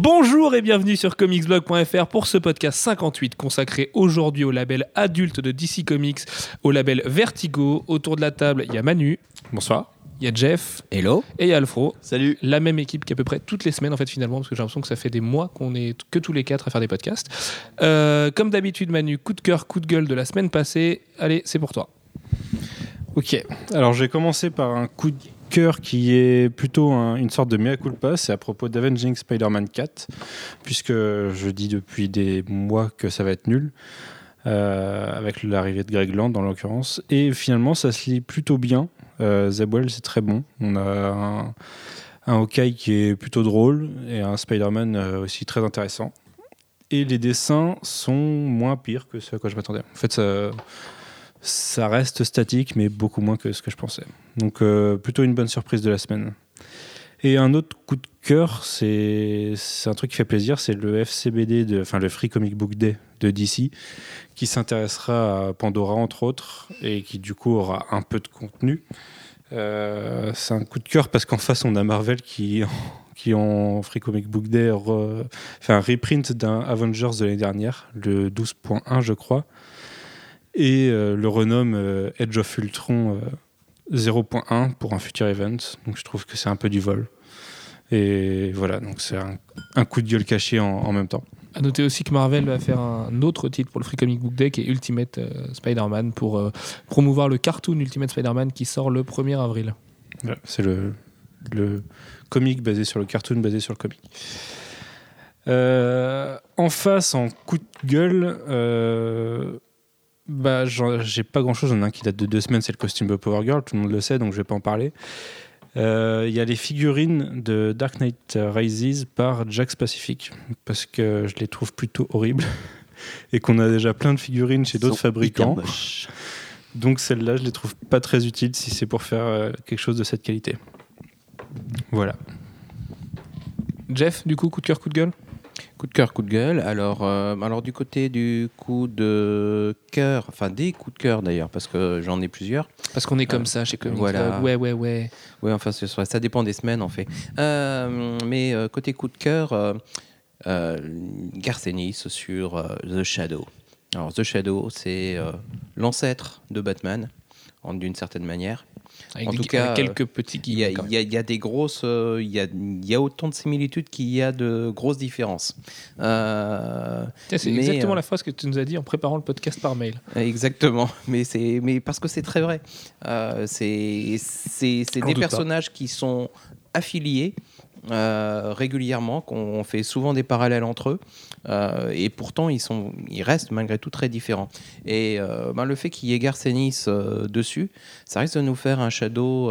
Bonjour et bienvenue sur comicsblog.fr pour ce podcast 58 consacré aujourd'hui au label adulte de DC Comics, au label Vertigo. Autour de la table, il y a Manu. Bonsoir. Il y a Jeff. Hello. Et il y a Alfro. Salut. La même équipe qu'à peu près toutes les semaines en fait finalement, parce que j'ai l'impression que ça fait des mois qu'on est que tous les quatre à faire des podcasts. Comme d'habitude Manu, coup de cœur, coup de gueule de la semaine passée. Allez, c'est pour toi. Ok, alors je vais commencer par un coup de cœur qui est plutôt une sorte de mea culpa, c'est à propos d'Avenging Spider-Man 4, puisque je dis depuis des mois que ça va être nul, avec l'arrivée de Greg Land dans l'occurrence, et finalement ça se lit plutôt bien. Zeb Wells c'est très bon, on a un Hawkeye qui est plutôt drôle, et un Spider-Man aussi très intéressant, et les dessins sont moins pires que ce à quoi je m'attendais. En fait ça reste statique, mais beaucoup moins que ce que je pensais. Donc, plutôt une bonne surprise de la semaine. Et un autre coup de cœur, c'est un truc qui fait plaisir, c'est le FCBD, le Free Comic Book Day de DC, qui s'intéressera à Pandora, entre autres, et qui, du coup, aura un peu de contenu. C'est un coup de cœur parce qu'en face, on a Marvel qui en Free Comic Book Day, fait un reprint d'un Avengers de l'année dernière, le 12.1, je crois, et le renomme Age of Ultron 0.1 pour un futur event. Donc je trouve que c'est un peu du vol. Et voilà, donc c'est un coup de gueule caché en même temps. À noter aussi que Marvel va faire un autre titre pour le Free Comic Book Day qui est Ultimate Spider-Man pour promouvoir le cartoon Ultimate Spider-Man qui sort le 1er avril. Voilà, c'est le comic basé sur le cartoon, basé sur le comic. En face, en coup de gueule... j'ai pas grand chose, j'en ai un qui date de 2 semaines, c'est le costume de Power Girl, tout le monde le sait donc je vais pas en parler. Il y a les figurines de Dark Knight Rises par Jakks Pacific parce que je les trouve plutôt horribles et qu'on a déjà plein de figurines chez d'autres fabricants, donc celles-là je les trouve pas très utiles si c'est pour faire quelque chose de cette qualité. Voilà. Jeff, du coup, coup de cœur, coup de gueule. Coup de cœur, coup de gueule. Alors du côté du coup de cœur, enfin des coups de cœur d'ailleurs, parce que j'en ai plusieurs. Parce qu'on est comme ça chez Comics voilà. Blog. Ouais. Ouais, enfin ça dépend des semaines en fait. Mais côté coup de cœur, Garth Ennis sur The Shadow. Alors The Shadow, c'est l'ancêtre de Batman, d'une certaine manière. Avec en tout cas, quelques petits guillemets. Il y a des grosses, il y a autant de similitudes qu'il y a de grosses différences. C'est exactement la phrase que tu nous as dit en préparant le podcast par mail. Exactement, mais parce que c'est très vrai. C'est des personnages qui sont affiliés régulièrement, qu'on fait souvent des parallèles entre eux, et pourtant ils restent malgré tout très différents. Et le fait qu'il y ait Garth Ennis dessus, ça risque de nous faire un Shadow.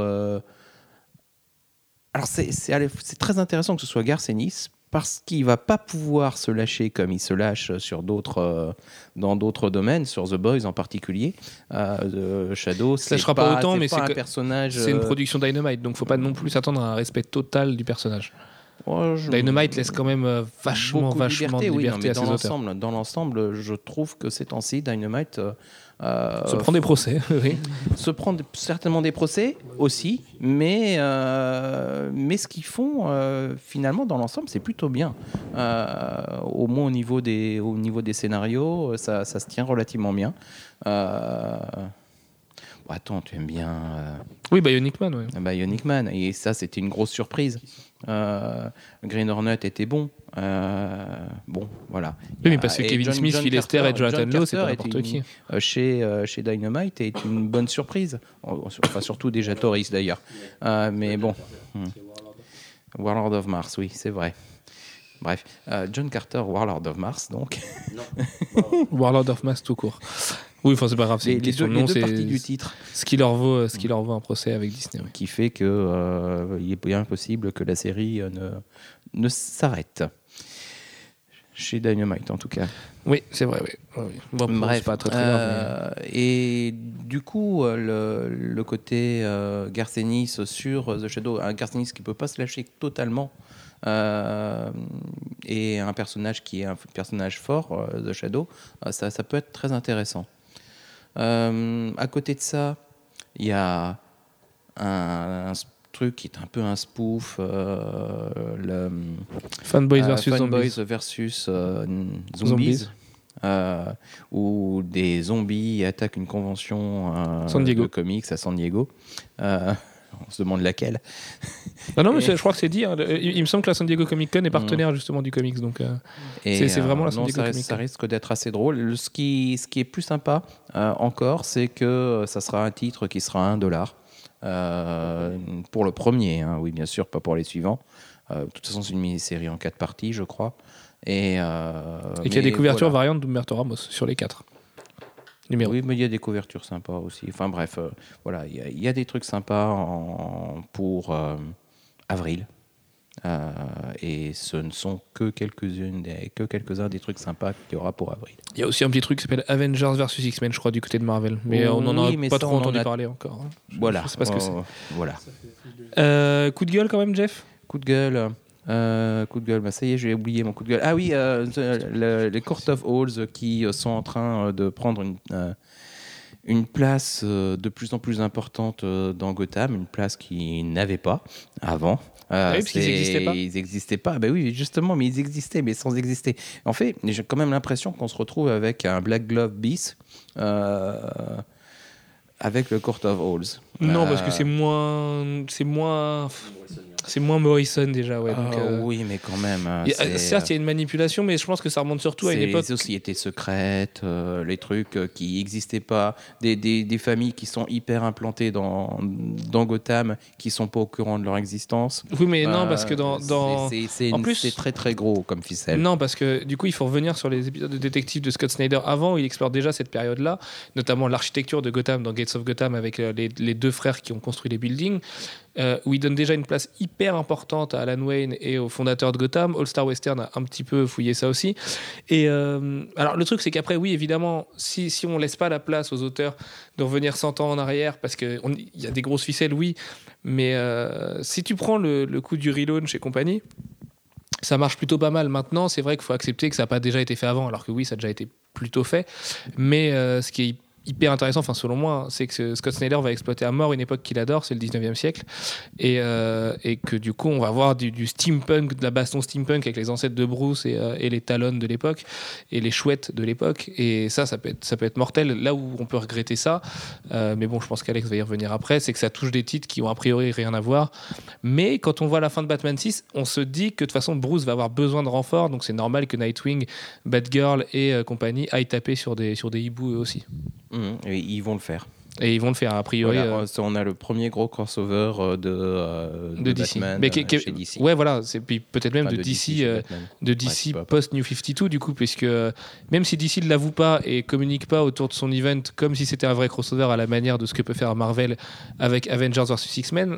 Alors c'est très intéressant que ce soit Garth Ennis, parce qu'il va pas pouvoir se lâcher comme il se lâche sur dans d'autres domaines, sur The Boys en particulier. Shadow, ça ne sera pas autant, mais c'est un personnage. C'est une production Dynamite, donc faut pas non plus s'attendre à un respect total du personnage. Dynamite laisse quand même vachement de liberté à ses auteurs. Dans l'ensemble, je trouve que ces temps-ci, Dynamite se prend des procès. Oui. Se prend certainement des procès aussi, mais ce qu'ils font finalement dans l'ensemble, c'est plutôt bien. Au moins au niveau des scénarios, ça se tient relativement bien. Attends, tu aimes bien... Oui, Bionic Man. Oui. Bionic Man, et ça, c'était une grosse surprise. Green Hornet était bon. Bon, voilà. Oui, mais parce que Kevin Smith, Phil Lester et Jonathan Lowe, c'est pas n'importe qui. Chez Dynamite est une bonne surprise. Enfin, surtout déjà Torres, d'ailleurs. Mais bon. Warlord of Mars, oui, c'est vrai. Bref, John Carter, Warlord of Mars, donc. Non. Warlord of Mars tout court. Oui, enfin c'est pas grave, c'est les deux parties du titre. Ce qui leur vaut un procès avec Disney. Oui. Qui fait que il est bien possible que la série ne s'arrête. Chez Dynamite, en tout cas. Oui, c'est vrai. Oui. Bon, bref, c'est pas très grave. Mais... Et du coup, le côté Garth Ennis sur The Shadow, un Garth Ennis qui peut pas se lâcher totalement. Et un personnage qui est un personnage fort, The Shadow, ça peut être très intéressant. À côté de ça, il y a un truc qui est un peu un spoof, Fanboys versus Fanboys Zombies. versus Zombies. Zombies. Où des zombies attaquent une convention San Diego. de comics à San Diego. On se demande laquelle. Ah non, mais Et- je crois que c'est dit. Hein. Il me semble que la San Diego Comic Con est partenaire justement du comics. Donc, Et, c'est vraiment la San non, Diego Comic Con. ça risque d'être assez drôle. Ce qui est plus sympa encore, c'est que ça sera un titre qui sera à $1 pour le premier. Hein, oui, bien sûr, pas pour les suivants. De toute façon, c'est une mini-série en 4 parties, je crois. Et qu'il y a des couvertures voilà. variantes d'Humberto Ramos sur les 4 numéros. Oui, mais il y a des couvertures sympas aussi. Enfin bref, voilà, il y a des trucs sympas pour avril. Et ce ne sont que quelques-uns des trucs sympas qu'il y aura pour avril. Il y a aussi un petit truc qui s'appelle Avengers versus X-Men, je crois, du côté de Marvel. Mais on n'en a Oui, mais pas ça, trop on en entendu a- parler encore. Hein. Voilà. Je sais pas ce que c'est. Voilà. Coup de gueule quand même, Jeff. Coup de gueule. Bah ça y est, j'ai oublié mon coup de gueule. Ah oui, les Court of Owls qui sont en train de prendre une place de plus en plus importante dans Gotham, une place qu'ils n'avaient pas avant. oui, parce qu'ils n'existaient pas. Ils n'existaient pas. Ben oui, justement, mais ils existaient, mais sans exister. En fait, j'ai quand même l'impression qu'on se retrouve avec un Black Glove Beast avec le Court of Owls. Non, parce que c'est moins Morrison déjà. Ouais, donc, Oui, mais quand même. certes, il y a une manipulation, mais je pense que ça remonte surtout à une époque. Les sociétés secrètes, les trucs qui n'existaient pas, des familles qui sont hyper implantées dans Gotham, qui sont pas au courant de leur existence. Oui, mais non, parce que En plus, c'est très très gros comme ficelle. Non, parce que du coup, il faut revenir sur les épisodes de détective de Scott Snyder avant, où il explore déjà cette période-là, notamment l'architecture de Gotham dans Gates of Gotham avec les deux frères qui ont construit les buildings, où il donne déjà une place hyper importante à Alan Wayne et aux fondateurs de Gotham. All Star Western a un petit peu fouillé ça aussi. Et alors, le truc, c'est qu'après, oui, évidemment, si on laisse pas la place aux auteurs de revenir 100 ans en arrière, parce qu'il y a des grosses ficelles, oui, mais si tu prends le coup du relaunch et compagnie, ça marche plutôt pas mal. Maintenant, c'est vrai qu'il faut accepter que ça n'a pas déjà été fait avant, alors que oui, ça a déjà été plutôt fait. Mais ce qui est hyper intéressant, enfin selon moi, c'est que Scott Snyder va exploiter à mort une époque qu'il adore, c'est le 19e siècle, et que du coup on va voir du steampunk, de la baston steampunk avec les ancêtres de Bruce et les Talons de l'époque et les chouettes de l'époque, et ça peut être mortel. Là où on peut regretter ça, mais bon, je pense qu'Alex va y revenir après, c'est que ça touche des titres qui ont a priori rien à voir, mais quand on voit la fin de Batman 6, on se dit que de toute façon Bruce va avoir besoin de renfort, donc c'est normal que Nightwing, Batgirl et compagnie aillent taper sur des hiboux eux aussi. Et ils vont le faire. Et ils vont le faire a priori. Voilà, on a le premier gros crossover de DC. Batman Mais chez DC. Ouais, voilà, c'est puis peut-être même Enfin, de DC, chez Batman. de Ouais, DC c'est pas- post New 52 du coup, puisque même si DC ne l'avoue pas et communique pas autour de son event comme si c'était un vrai crossover à la manière de ce que peut faire Marvel avec Avengers vs X-Men.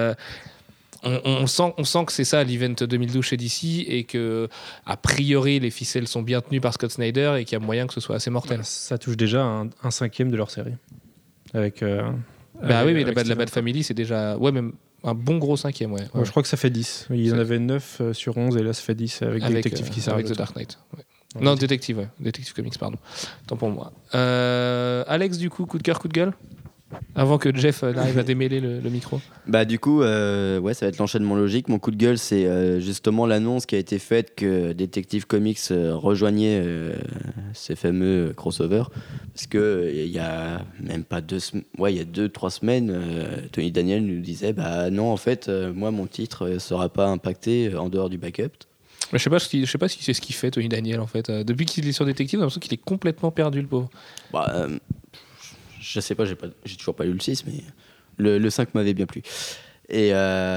On sent que c'est ça l'event 2012 chez DC, et que a priori les ficelles sont bien tenues par Scott Snyder et qu'il y a moyen que ce soit assez mortel. Ça touche déjà un cinquième de leur série. Avec, Bah oui, mais la Steven. Bat Family, c'est déjà même un bon gros cinquième. Ouais. Ouais, je crois que ça fait 10. Il y en avait 9 sur 11 et là ça fait 10 avec Détective qui avec s'arrête. The Dark Knight. Ouais. Ouais, Non, Détective, ouais. Détective Comics, pardon. Tant pour moi. Alex, du coup, coup de cœur, coup de gueule, avant que Jeff arrive à démêler le micro. Bah du coup, ouais, ça va être l'enchaînement logique. Mon coup de gueule, c'est justement l'annonce qui a été faite que Detective Comics rejoignait ces fameux crossovers. Parce que il y a même pas 2 semaines, ouais, il y a 2-3 semaines, Tony Daniel nous disait, bah non, en fait, moi mon titre sera pas impacté en dehors du backup. Mais je sais pas si c'est ce qu'il fait, Tony Daniel, en fait. Depuis qu'il est sur Détective, j'ai l'impression qu'il est complètement perdu, le pauvre. Bah, je sais pas, j'ai toujours pas lu le 6, mais le 5 m'avait bien plu. Et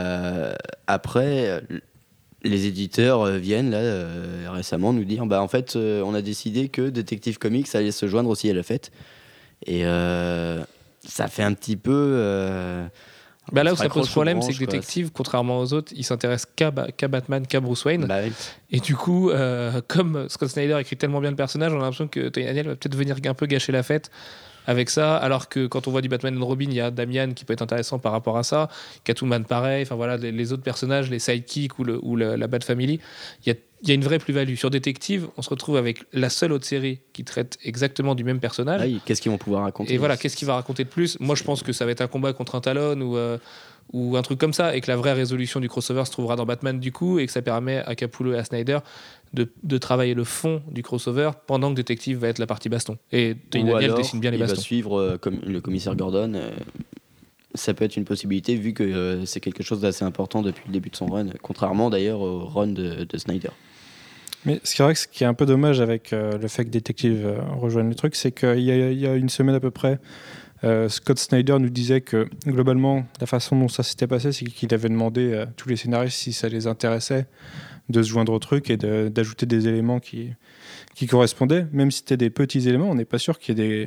après, les éditeurs viennent là récemment nous dire, bah en fait, on a décidé que Detective Comics allait se joindre aussi à la fête. Et ça fait un petit peu... Bah là on où se ça pose raccroche aux problème, branches, c'est que quoi. Détective, contrairement aux autres, il s'intéresse qu'à Batman, qu'à Bruce Wayne. Bah oui. Et du coup, comme Scott Snyder écrit tellement bien le personnage, on a l'impression que Tony Daniel va peut-être venir un peu gâcher la fête avec ça, alors que quand on voit du Batman and Robin, il y a Damian qui peut être intéressant par rapport à ça, Catwoman pareil, enfin voilà, les autres personnages, les sidekicks ou la Bat Family, il y a une vraie plus-value. Sur Détective, on se retrouve avec la seule autre série qui traite exactement du même personnage. Ah oui, qu'est-ce qu'ils vont pouvoir raconter? Et voilà, qu'est-ce qu'il va raconter de plus? Moi, je pense que ça va être un combat contre un Talon ou un truc comme ça, et que la vraie résolution du crossover se trouvera dans Batman du coup, et que ça permet à Capullo et à Snyder de travailler le fond du crossover pendant que Détective va être la partie baston. Et Tony Ou Daniel alors, dessine bien les il va bastons. suivre comme le commissaire Gordon. Ça peut être une possibilité vu que c'est quelque chose d'assez important depuis le début de son run, contrairement d'ailleurs au run de Snyder. Mais c'est vrai que ce qui est un peu dommage avec le fait que Détective rejoigne le truc, c'est qu'il y a une semaine à peu près, Scott Snyder nous disait que globalement, la façon dont ça s'était passé, c'est qu'il avait demandé à tous les scénaristes si ça les intéressait de se joindre au truc et d'ajouter des éléments qui correspondaient. Même si c'était des petits éléments, on n'est pas sûr qu'il y ait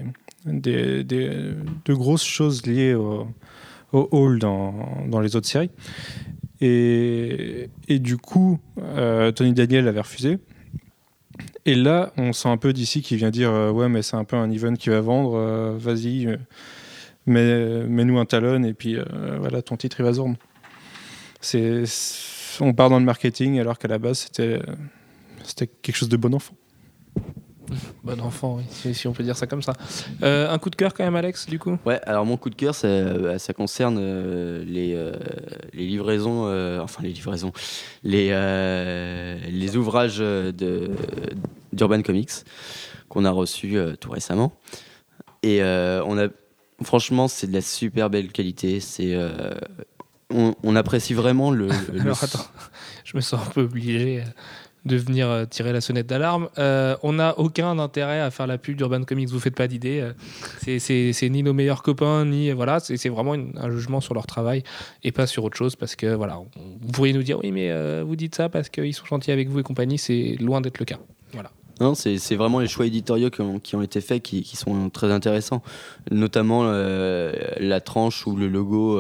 de grosses choses liées au Hall dans les autres séries. Et du coup, Tony Daniel avait refusé. Et là, on sent un peu DC qui vient dire ouais, mais c'est un peu un event qui va vendre, vas-y, mets-nous un talon et puis voilà, ton titre il va se vendre. On part dans le marketing alors qu'à la base c'était quelque chose de bon enfant. Bon enfant, oui, si on peut dire ça comme ça. Un coup de cœur quand même, Alex, du coup. Ouais, alors mon coup de cœur, ça concerne les livraisons, les ouvrages d'Urban Comics qu'on a reçus tout récemment. Et franchement, c'est de la super belle qualité. On apprécie vraiment le. Alors attends, je me sens un peu obligé de venir tirer la sonnette d'alarme. On n'a aucun intérêt à faire la pub d'Urban Comics, vous faites pas d'idée. C'est ni nos meilleurs copains, ni voilà, c'est vraiment un jugement sur leur travail et pas sur autre chose, parce que voilà, vous pourriez nous dire oui mais vous dites ça parce qu'ils sont gentils avec vous et compagnie, c'est loin d'être le cas. Voilà. Non, c'est vraiment les choix éditoriaux qui ont été faits qui sont très intéressants, notamment la tranche où le logo,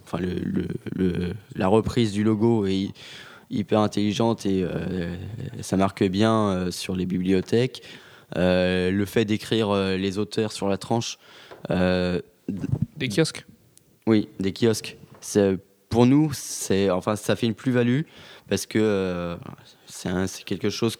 la reprise du logo est hyper intelligente et ça marque bien sur les bibliothèques. Le fait d'écrire les auteurs sur la tranche. Des kiosques. Oui, des kiosques. Pour nous, ça fait une plus-value parce que c'est quelque chose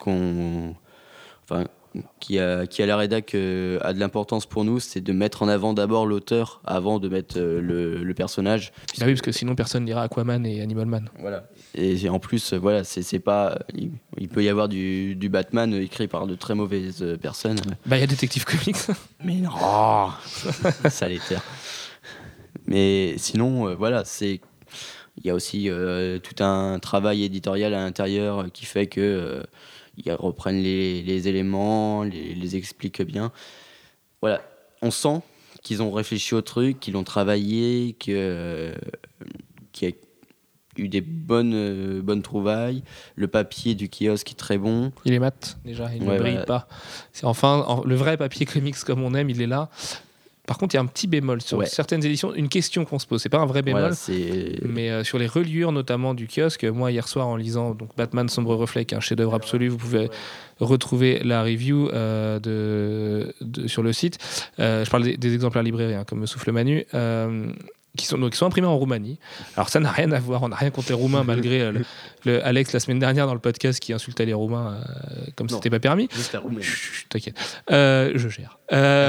qui à la rédac a de l'importance pour nous, c'est de mettre en avant d'abord l'auteur avant de mettre le personnage. Ah oui, parce que sinon personne lira Aquaman et Animal Man. Voilà. Et en plus, voilà, c'est pas. Il peut y avoir du Batman écrit par de très mauvaises personnes. Bah, il y a Detective Comics. Mais non, ça l'étère. Mais sinon, voilà, il y a aussi tout un travail éditorial à l'intérieur qui fait que ils reprennent les éléments, les expliquent bien. Voilà, on sent qu'ils ont réfléchi au truc, qu'ils l'ont travaillé, qu'il y a eu des bonnes trouvailles. Le papier du kiosque est très bon. Il est mat, déjà, il ne brille pas. C'est le vrai papier comics comme on aime, il est là. Par contre, il y a un petit bémol sur certaines éditions, une question qu'on se pose. C'est pas un vrai bémol, mais sur les reliures notamment du kiosque. Moi, hier soir, en lisant donc Batman Sombre Reflet, qui est un chef-d'œuvre absolu, vous pouvez retrouver la review sur le site. Je parle des exemplaires libraires, comme me souffle Manu. Qui sont imprimés en Roumanie. Alors ça n'a rien à voir, on n'a rien contre les Roumains malgré le Alex la semaine dernière dans le podcast qui insultait les Roumains comme c'était pas permis. Juste la Roumanie. Chut, t'inquiète, je gère.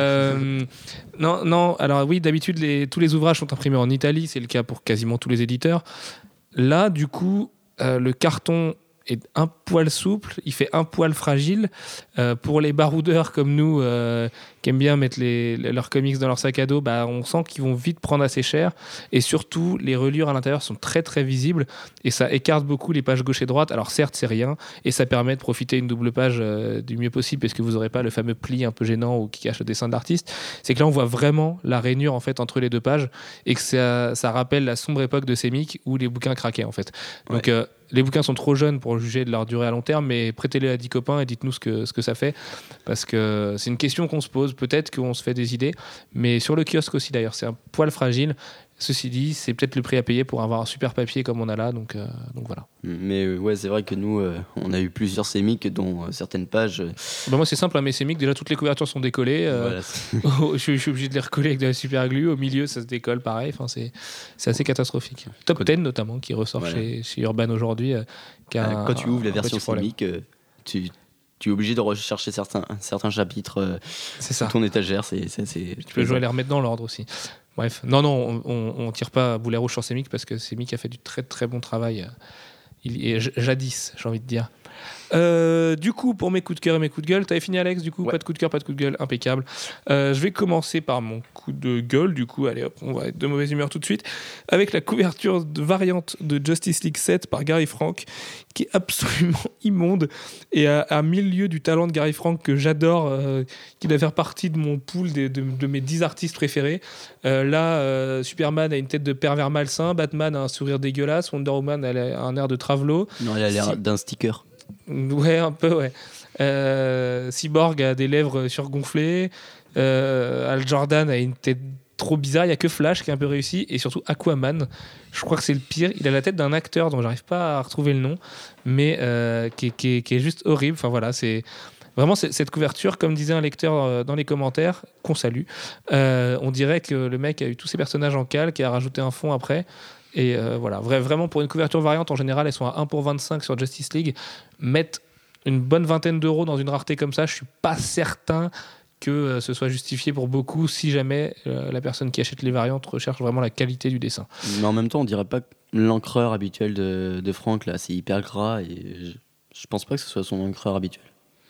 Non, alors oui, d'habitude tous les ouvrages sont imprimés en Italie, c'est le cas pour quasiment tous les éditeurs. Là, du coup, le carton est un poil souple, il fait un poil fragile. Pour les baroudeurs comme nous qui aiment bien mettre leurs comics dans leur sac à dos, on sent qu'ils vont vite prendre assez cher, et surtout les reliures à l'intérieur sont très très visibles et ça écarte beaucoup les pages gauche et droite. Alors certes c'est rien et ça permet de profiter une double page du mieux possible parce que vous n'aurez pas le fameux pli un peu gênant ou qui cache le dessin de l'artiste. C'est que là on voit vraiment la rainure en fait entre les deux pages et que ça rappelle la sombre époque de Semic où les bouquins craquaient en fait. Donc les bouquins sont trop jeunes pour juger de leur durée à long terme, mais prêtez-les à 10 copains et dites-nous ce que ça fait, parce que c'est une question qu'on se pose. Peut-être qu'on se fait des idées, mais sur le kiosque aussi d'ailleurs, c'est un poil fragile. Ceci dit, c'est peut-être le prix à payer pour avoir un super papier comme on a là, donc voilà. Mais c'est vrai que nous, on a eu plusieurs sémiques, dont certaines pages. Moi, c'est simple, mes sémiques, déjà toutes les couvertures sont décollées. Je suis obligé de les recoller avec de la super glue. Au milieu, ça se décolle pareil. C'est assez catastrophique. Top 10 notamment, qui ressort chez Urban aujourd'hui. Quand tu ouvres la version sémique, tu es obligé de rechercher certains chapitres C'est sur ça. ton étagère. Tu Tu peux jouer à les remettre dans l'ordre aussi. Bref, non, on tire pas à boulet rouge sur Semic parce que Semic a fait du très très bon travail. Jadis, j'ai envie de dire. Du coup, pour mes coups de cœur et mes coups de gueule, t'avais fini, Alex? Du coup, Ouais. pas de coup de cœur, pas de coup de gueule, impeccable. Je vais commencer par mon coup de gueule. Du coup, allez hop, on va être de mauvaise humeur tout de suite. Avec la couverture variante de Justice League 7 par Gary Frank, qui est absolument immonde et à mille lieues du talent de Gary Frank que j'adore, qui doit faire partie de mon pool de mes 10 artistes préférés. Superman a une tête de pervers malsain, Batman a un sourire dégueulasse, Wonder Woman a un air de travelo. Non, elle a l'air Si- d'un sticker. Ouais, un peu, ouais. Cyborg a des lèvres surgonflées. Al Jordan a une tête trop bizarre. Il n'y a que Flash qui est un peu réussi. Et surtout Aquaman, je crois que c'est le pire. Il a la tête d'un acteur dont j'arrive pas à retrouver le nom, mais qui est juste horrible. Enfin voilà, c'est vraiment cette couverture, comme disait un lecteur dans les commentaires, qu'on salue. On dirait que le mec a eu tous ses personnages en calque et a rajouté un fond après. Et voilà, vraiment pour une couverture variante, en général, elles sont à 1 pour 25 sur Justice League. Mettre une bonne vingtaine d'euros dans une rareté comme ça, je suis pas certain que ce soit justifié pour beaucoup si jamais la personne qui achète les variantes recherche vraiment la qualité du dessin. Mais en même temps, on dirait pas que l'encreur habituel de Frank, là, c'est hyper gras et je pense pas que ce soit son encreur habituel.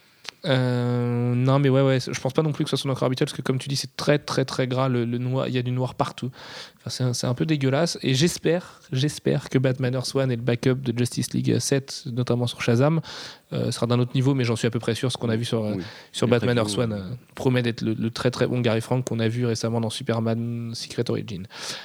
Non mais ouais, je pense pas non plus que ce soit son encre habituel parce que comme tu dis c'est très très très gras, le noir, il y a du noir partout. Enfin, c'est un peu dégueulasse et j'espère que Batman Earth One et le backup de Justice League 7 notamment sur Shazam sera d'un autre niveau, mais j'en suis à peu près sûr. Ce qu'on a vu sur Oui. Batman Les Earth One promet d'être le très très bon Gary Frank qu'on a vu récemment dans Superman Secret Origin.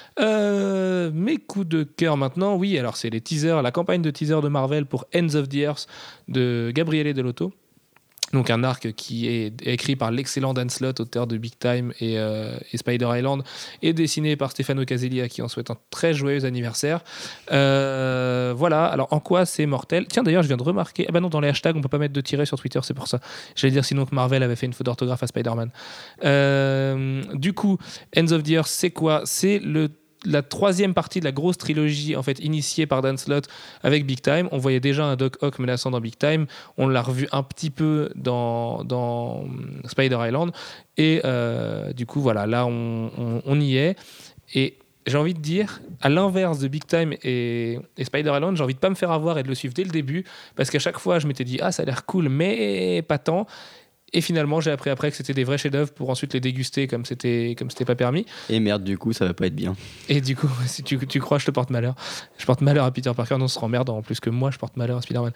Mes coups de cœur maintenant, oui, alors c'est les teasers, la campagne de teaser de Marvel pour Ends of the Earth de Gabriele Dell'Otto. Donc un arc qui est écrit par l'excellent Dan Slott, auteur de Big Time et Spider Island, et dessiné par Stefano Caselli, à qui on souhaite un très joyeux anniversaire. Voilà, alors en quoi c'est mortel? Tiens, d'ailleurs, je viens de remarquer, non, dans les hashtags, on peut pas mettre de tiret sur Twitter, c'est pour ça. J'allais dire sinon que Marvel avait fait une faute d'orthographe à Spider-Man. Du coup, Ends of the Earth, c'est quoi? C'est la troisième partie de la grosse trilogie en fait initiée par Dan Slott avec Big Time. On voyait déjà un Doc Ock menaçant dans Big Time, on l'a revu un petit peu dans Spider Island et du coup voilà, là on y est et j'ai envie de dire, à l'inverse de Big Time et Spider Island, j'ai envie de pas me faire avoir et de le suivre dès le début parce qu'à chaque fois je m'étais dit ça a l'air cool mais pas tant. Et finalement, j'ai appris après que c'était des vrais chefs-d'œuvre pour ensuite les déguster comme c'était pas permis. Et merde, du coup, ça va pas être bien. Et du coup, si tu crois, je te porte malheur. Je porte malheur à Peter Parker, non, ce sera emmerdant en plus que moi, je porte malheur à Spider-Man.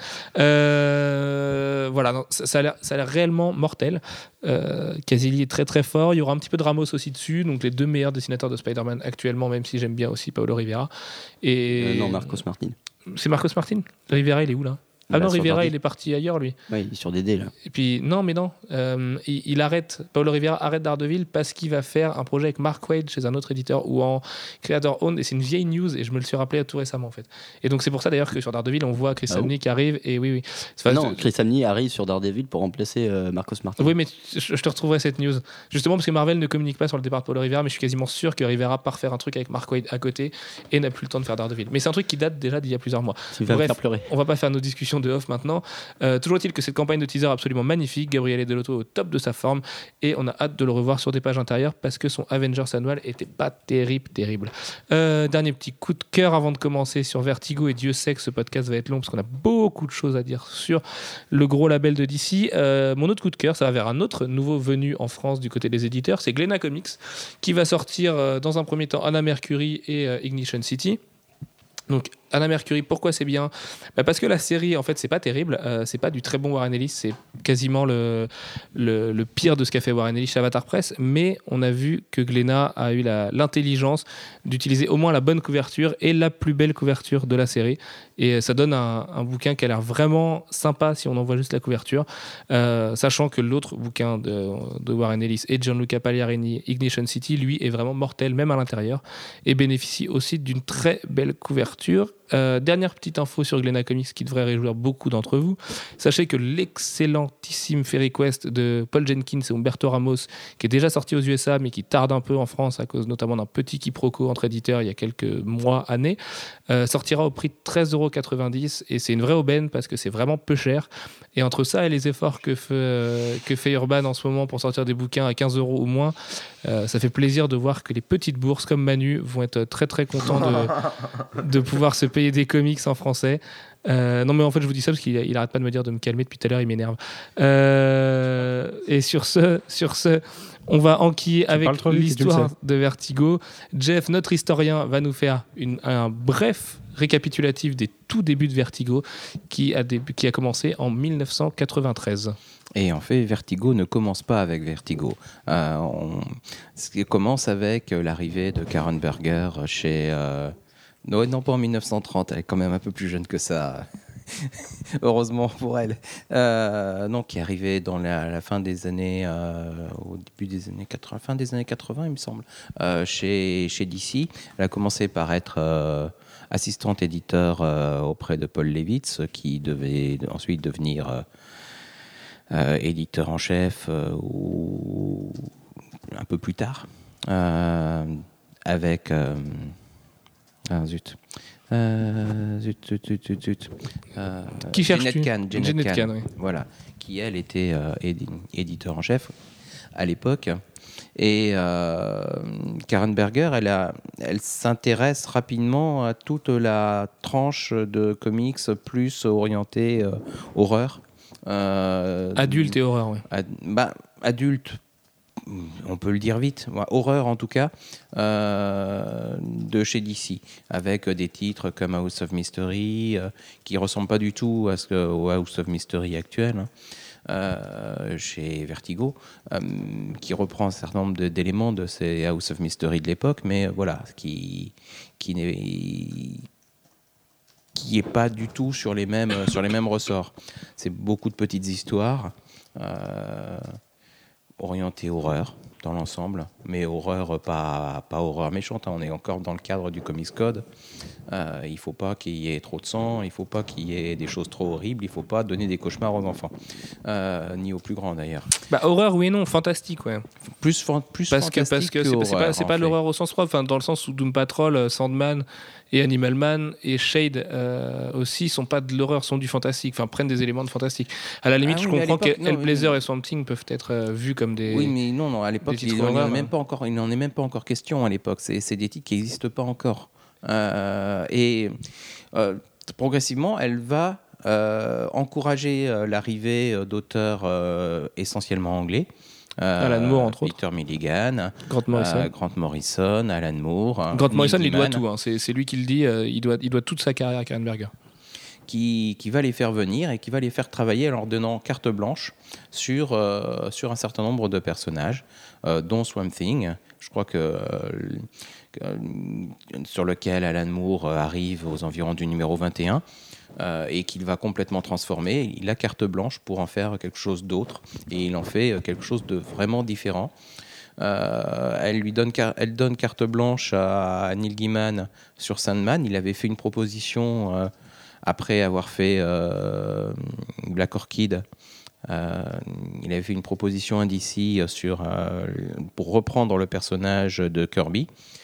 Voilà, non, ça a l'air réellement mortel. Casilli est très très fort. Il y aura un petit peu de Ramos aussi dessus, donc les deux meilleurs dessinateurs de Spider-Man actuellement, même si j'aime bien aussi Paolo Rivera. Et Non, Marcos Martin. C'est Marcos Martin. Rivera, il est où là? Ah non, Sur Rivera, Dardy. il est parti ailleurs, lui. Ouais, il est sur DD là. Et puis, non, il arrête, Paolo Rivera arrête Daredevil parce qu'il va faire un projet avec Mark Waid chez un autre éditeur ou en creator owned, et c'est une vieille news, et je me le suis rappelé tout récemment, en fait. Et donc, c'est pour ça, d'ailleurs, que sur Daredevil, on voit Chris Samney qui arrive, et oui. Non, Chris Samney arrive sur Daredevil pour remplacer Marcos Martin. Oui, mais je te retrouverai cette news. Justement, parce que Marvel ne communique pas sur le départ de Paolo Rivera, mais je suis quasiment sûr que Rivera part faire un truc avec Mark Waid à côté, et n'a plus le temps de faire Daredevil. Mais c'est un truc qui date déjà d'il y a plusieurs mois. Tu vas me Bref, faire pleurer. on va pas faire nos discussions de off maintenant. Toujours est-il que cette campagne de teaser absolument magnifique, Gabriele Dell'Otto au top de sa forme, et on a hâte de le revoir sur des pages intérieures parce que son Avengers annual était pas terrible. Dernier petit coup de cœur avant de commencer sur Vertigo, et Dieu sait que ce podcast va être long parce qu'on a beaucoup de choses à dire sur le gros label de DC. Mon autre coup de cœur, ça va vers un autre nouveau venu en France du côté des éditeurs, c'est Glénat Comics qui va sortir dans un premier temps Anna Mercury et Ignition City. Donc Anna Mercury, pourquoi c'est bien? Parce que la série, en fait, c'est pas terrible. C'est pas du très bon Warren Ellis. C'est quasiment le pire de ce qu'a fait Warren Ellis chez Avatar Press. Mais on a vu que Glénat a eu l'intelligence d'utiliser au moins la bonne couverture et la plus belle couverture de la série. Et ça donne un bouquin qui a l'air vraiment sympa si on en voit juste la couverture. Sachant que l'autre bouquin de Warren Ellis et Gianluca Pagliarini, Ignition City, lui, est vraiment mortel, même à l'intérieur. Et bénéficie aussi d'une très belle couverture. Dernière petite info sur Glénat Comics qui devrait réjouir beaucoup d'entre vous. Sachez que l'excellentissime Fairy Quest de Paul Jenkins et Humberto Ramos, qui est déjà sorti aux USA mais qui tarde un peu en France à cause notamment d'un petit quiproquo entre éditeurs il y a quelques mois, années, sortira au prix de 13,90 € et c'est une vraie aubaine parce que c'est vraiment peu cher Et entre ça et les efforts que fait Urban en ce moment pour sortir des bouquins à 15 € ou moins, ça fait plaisir de voir que les petites bourses comme Manu vont être très très contents de pouvoir se payer des comics en français. Non mais en fait je vous dis ça parce qu'il arrête pas de me dire de me calmer depuis tout à l'heure, il m'énerve. Et sur ce, on va enquiller avec l'histoire de Vertigo. Jeff, notre historien, va nous faire un bref récapitulatif des tout débuts de Vertigo qui a commencé en 1993. Et en fait, Vertigo ne commence pas avec Vertigo. Ce commence avec l'arrivée de Karen Berger chez... non, pas en 1930, elle est quand même un peu plus jeune que ça. Heureusement pour elle. Non, qui est arrivée dans la fin des années... au début des années 80, fin des années 80, il me semble, chez DC. Elle a commencé par être... assistante éditeur auprès de Paul Levitz, qui devait ensuite devenir éditeur en chef ou un peu plus tard, avec Qui cherche Janet Kahn, oui. voilà, qui elle était éditeur en chef à l'époque. Et Karen Berger, elle s'intéresse rapidement à toute la tranche de comics plus orientée horreur. Adulte et horreur, oui. Adulte, on peut le dire vite. Horreur, en tout cas, de chez DC, avec des titres comme House of Mystery, qui ne ressemblent pas du tout au House of Mystery actuel. Chez Vertigo, qui reprend un certain nombre d'éléments de ces House of Mystery de l'époque, mais voilà, qui est pas du tout sur les mêmes ressorts. C'est beaucoup de petites histoires orientées horreur dans l'ensemble, mais horreur pas horreur méchante, hein. On est encore dans le cadre du Comics Code. Il ne faut pas qu'il y ait trop de sang, il ne faut pas qu'il y ait des choses trop horribles, il ne faut pas donner des cauchemars aux enfants, ni aux plus grands d'ailleurs. Horreur, oui et non, fantastique, ouais. Plus fantastique parce que c'est pas l'horreur au sens propre, dans le sens où Doom Patrol, Sandman et Animal Man et Shade aussi sont pas de l'horreur, sont du fantastique, prennent des éléments de fantastique. À la limite, je comprends que Hellblazer et Swamp Thing peuvent être vus comme des... Oui, mais non, à l'époque, il n'en est même pas encore question à l'époque. C'est des titres qui n'existent pas encore. Progressivement, elle va encourager l'arrivée d'auteurs essentiellement anglais. Alan Moore, entre autres. Peter Milligan, Grant Morrison, Alan Moore. Grant Morrison, il doit tout. Hein. C'est lui qui le dit. Il doit toute sa carrière à Karen Berger. Qui va les faire venir et qui va les faire travailler en leur donnant carte blanche sur un certain nombre de personnages, dont Swamp Thing. Je crois que sur lequel Alan Moore arrive aux environs du numéro 21 et qu'il va complètement transformer. Il a carte blanche pour en faire quelque chose d'autre et il en fait quelque chose de vraiment différent. Elle donne carte blanche à Neil Gaiman sur Sandman. Il avait fait une proposition après avoir fait Black Orchid. Il avait fait une proposition à DC pour reprendre le personnage de Kirby.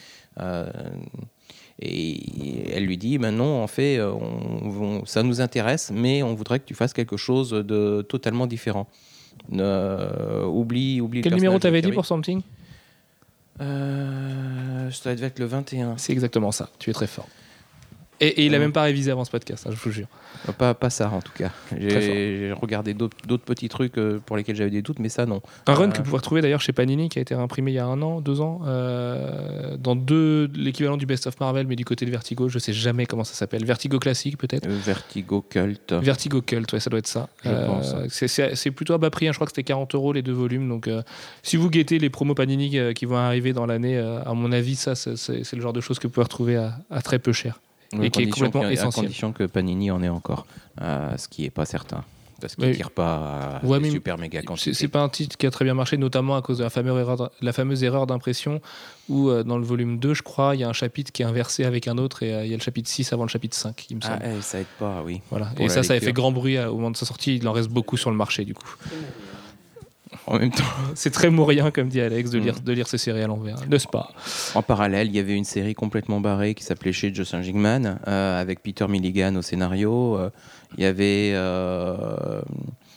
Et elle lui dit non, en fait, ça nous intéresse, mais on voudrait que tu fasses quelque chose de totalement différent. Oublie Quel numéro t'avais dit pour Something? Ça devait être le 21. C'est exactement ça, tu es très fort. Et il n'a même pas révisé avant ce podcast, je vous jure. Pas ça en tout cas. J'ai regardé d'autres petits trucs pour lesquels j'avais des doutes, mais ça non. Un run que vous pouvez retrouver d'ailleurs chez Panini, qui a été réimprimé il y a 1 an, 2 ans, dans l'équivalent du Best of Marvel, mais du côté de Vertigo. Je sais jamais comment ça s'appelle. Vertigo classique peut-être. Vertigo Cult. Vertigo Cult, ouais, ça doit être ça. Je pense. C'est plutôt à bas prix, hein. Je crois que c'était 40 € les 2 volumes. Donc si vous guettez les promos Panini qui vont arriver dans l'année, à mon avis, ça c'est le genre de choses que vous pouvez retrouver à très peu cher. Et qui est complètement essentiel. À condition que Panini en ait encore, ce qui n'est pas certain. Parce qu'il ne tire pas des super méga quantités. C'est pas un titre qui a très bien marché, notamment à cause de la fameuse erreur d'impression, où dans le volume 2, je crois, il y a un chapitre qui est inversé avec un autre, et il y a le chapitre 6 avant le chapitre 5, il me semble. Ça aide pas, oui. Voilà. Et ça avait fait grand bruit au moment de sa sortie, il en reste beaucoup sur le marché, du coup. En même temps, c'est très mourien, comme dit Alex, de lire ces séries à l'envers, n'est-ce pas? En parallèle, il y avait une série complètement barrée qui s'appelait Chez Joe Saint-Gingman, avec Peter Milligan au scénario. Il y avait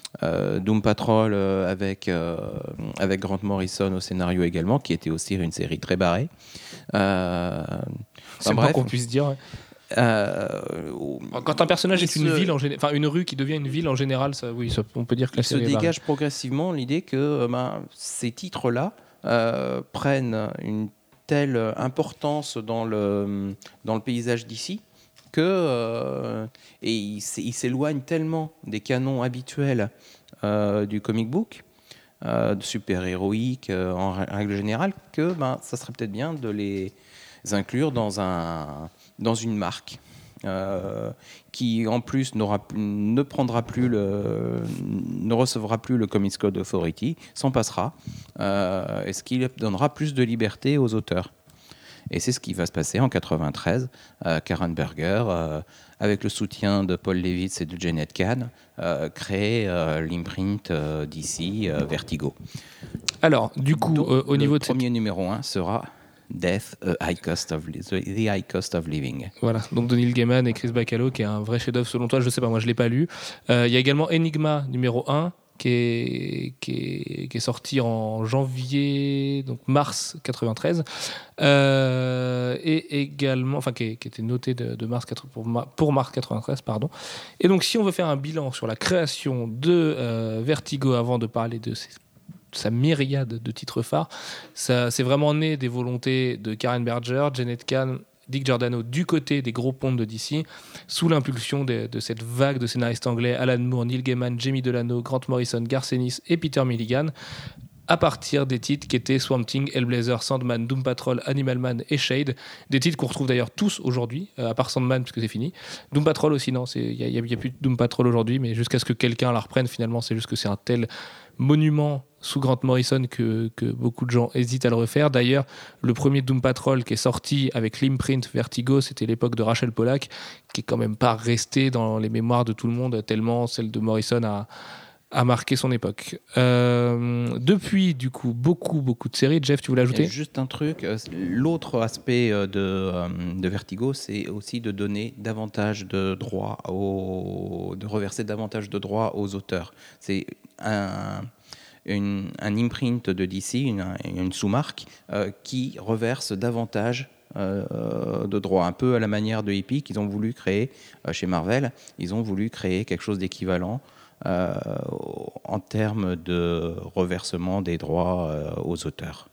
Doom Patrol avec Grant Morrison au scénario également, qui était aussi une série très barrée. C'est pas qu'on puisse dire. Ouais. Quand un personnage est une ville, enfin une rue qui devient une ville en général, ça, oui, on peut dire que la série se dégage progressivement l'idée que ces titres-là prennent une telle importance dans le paysage d'ici et il s'éloigne tellement des canons habituels du comic book, de super-héroïque en règle générale, que ça serait peut-être bien de les inclure dans une marque qui en plus ne recevra plus le Comics Code Authority, s'en passera, et ce qui donnera plus de liberté aux auteurs. Et c'est ce qui va se passer en 93. Karen Berger, avec le soutien de Paul Levitz et de Janet Kahn, crée l'imprint d'ici Vertigo. Alors, du coup, au niveau de premier numéro 1 sera Death, The High Cost of Living. Voilà, donc de Neil Gaiman et Chris Bacalo, qui est un vrai chef-d'œuvre selon toi. Je sais pas, moi je l'ai pas lu. Il y a également Enigma numéro 1 qui est sorti en janvier, donc mars 93, et également, enfin qui était noté de mars pour mars 93, pardon. Et donc si on veut faire un bilan sur la création de Vertigo avant de parler de sa myriade de titres phares, ça c'est vraiment né des volontés de Karen Berger, Janet Kahn, Dick Giordano du côté des gros pontes de DC, sous l'impulsion de cette vague de scénaristes anglais, Alan Moore, Neil Gaiman, Jamie Delano, Grant Morrison, Garth Ennis et Peter Milligan, à partir des titres qui étaient Swamp Thing, Hellblazer, Sandman, Doom Patrol, Animal Man et Shade, des titres qu'on retrouve d'ailleurs tous aujourd'hui, à part Sandman parce que c'est fini. Doom Patrol aussi, non, il y a plus de Doom Patrol aujourd'hui, mais jusqu'à ce que quelqu'un la reprenne, finalement, c'est juste que c'est un tel monument sous Grant Morrison que beaucoup de gens hésitent à le refaire. D'ailleurs, le premier Doom Patrol qui est sorti avec l'imprint Vertigo, c'était l'époque de Rachel Pollack, qui est quand même pas restée dans les mémoires de tout le monde, tellement celle de Morrison a marqué son époque. Depuis, du coup, beaucoup de séries. Jeff, tu voulais ajouter ? Juste un truc. L'autre aspect de Vertigo, c'est aussi de donner davantage de droits de reverser davantage de droits aux auteurs. C'est un imprint de DC, une sous-marque qui reverse davantage de droits, un peu à la manière de Epic. Ils ont voulu créer chez Marvel, ils ont voulu créer quelque chose d'équivalent en termes de reversement des droits aux auteurs.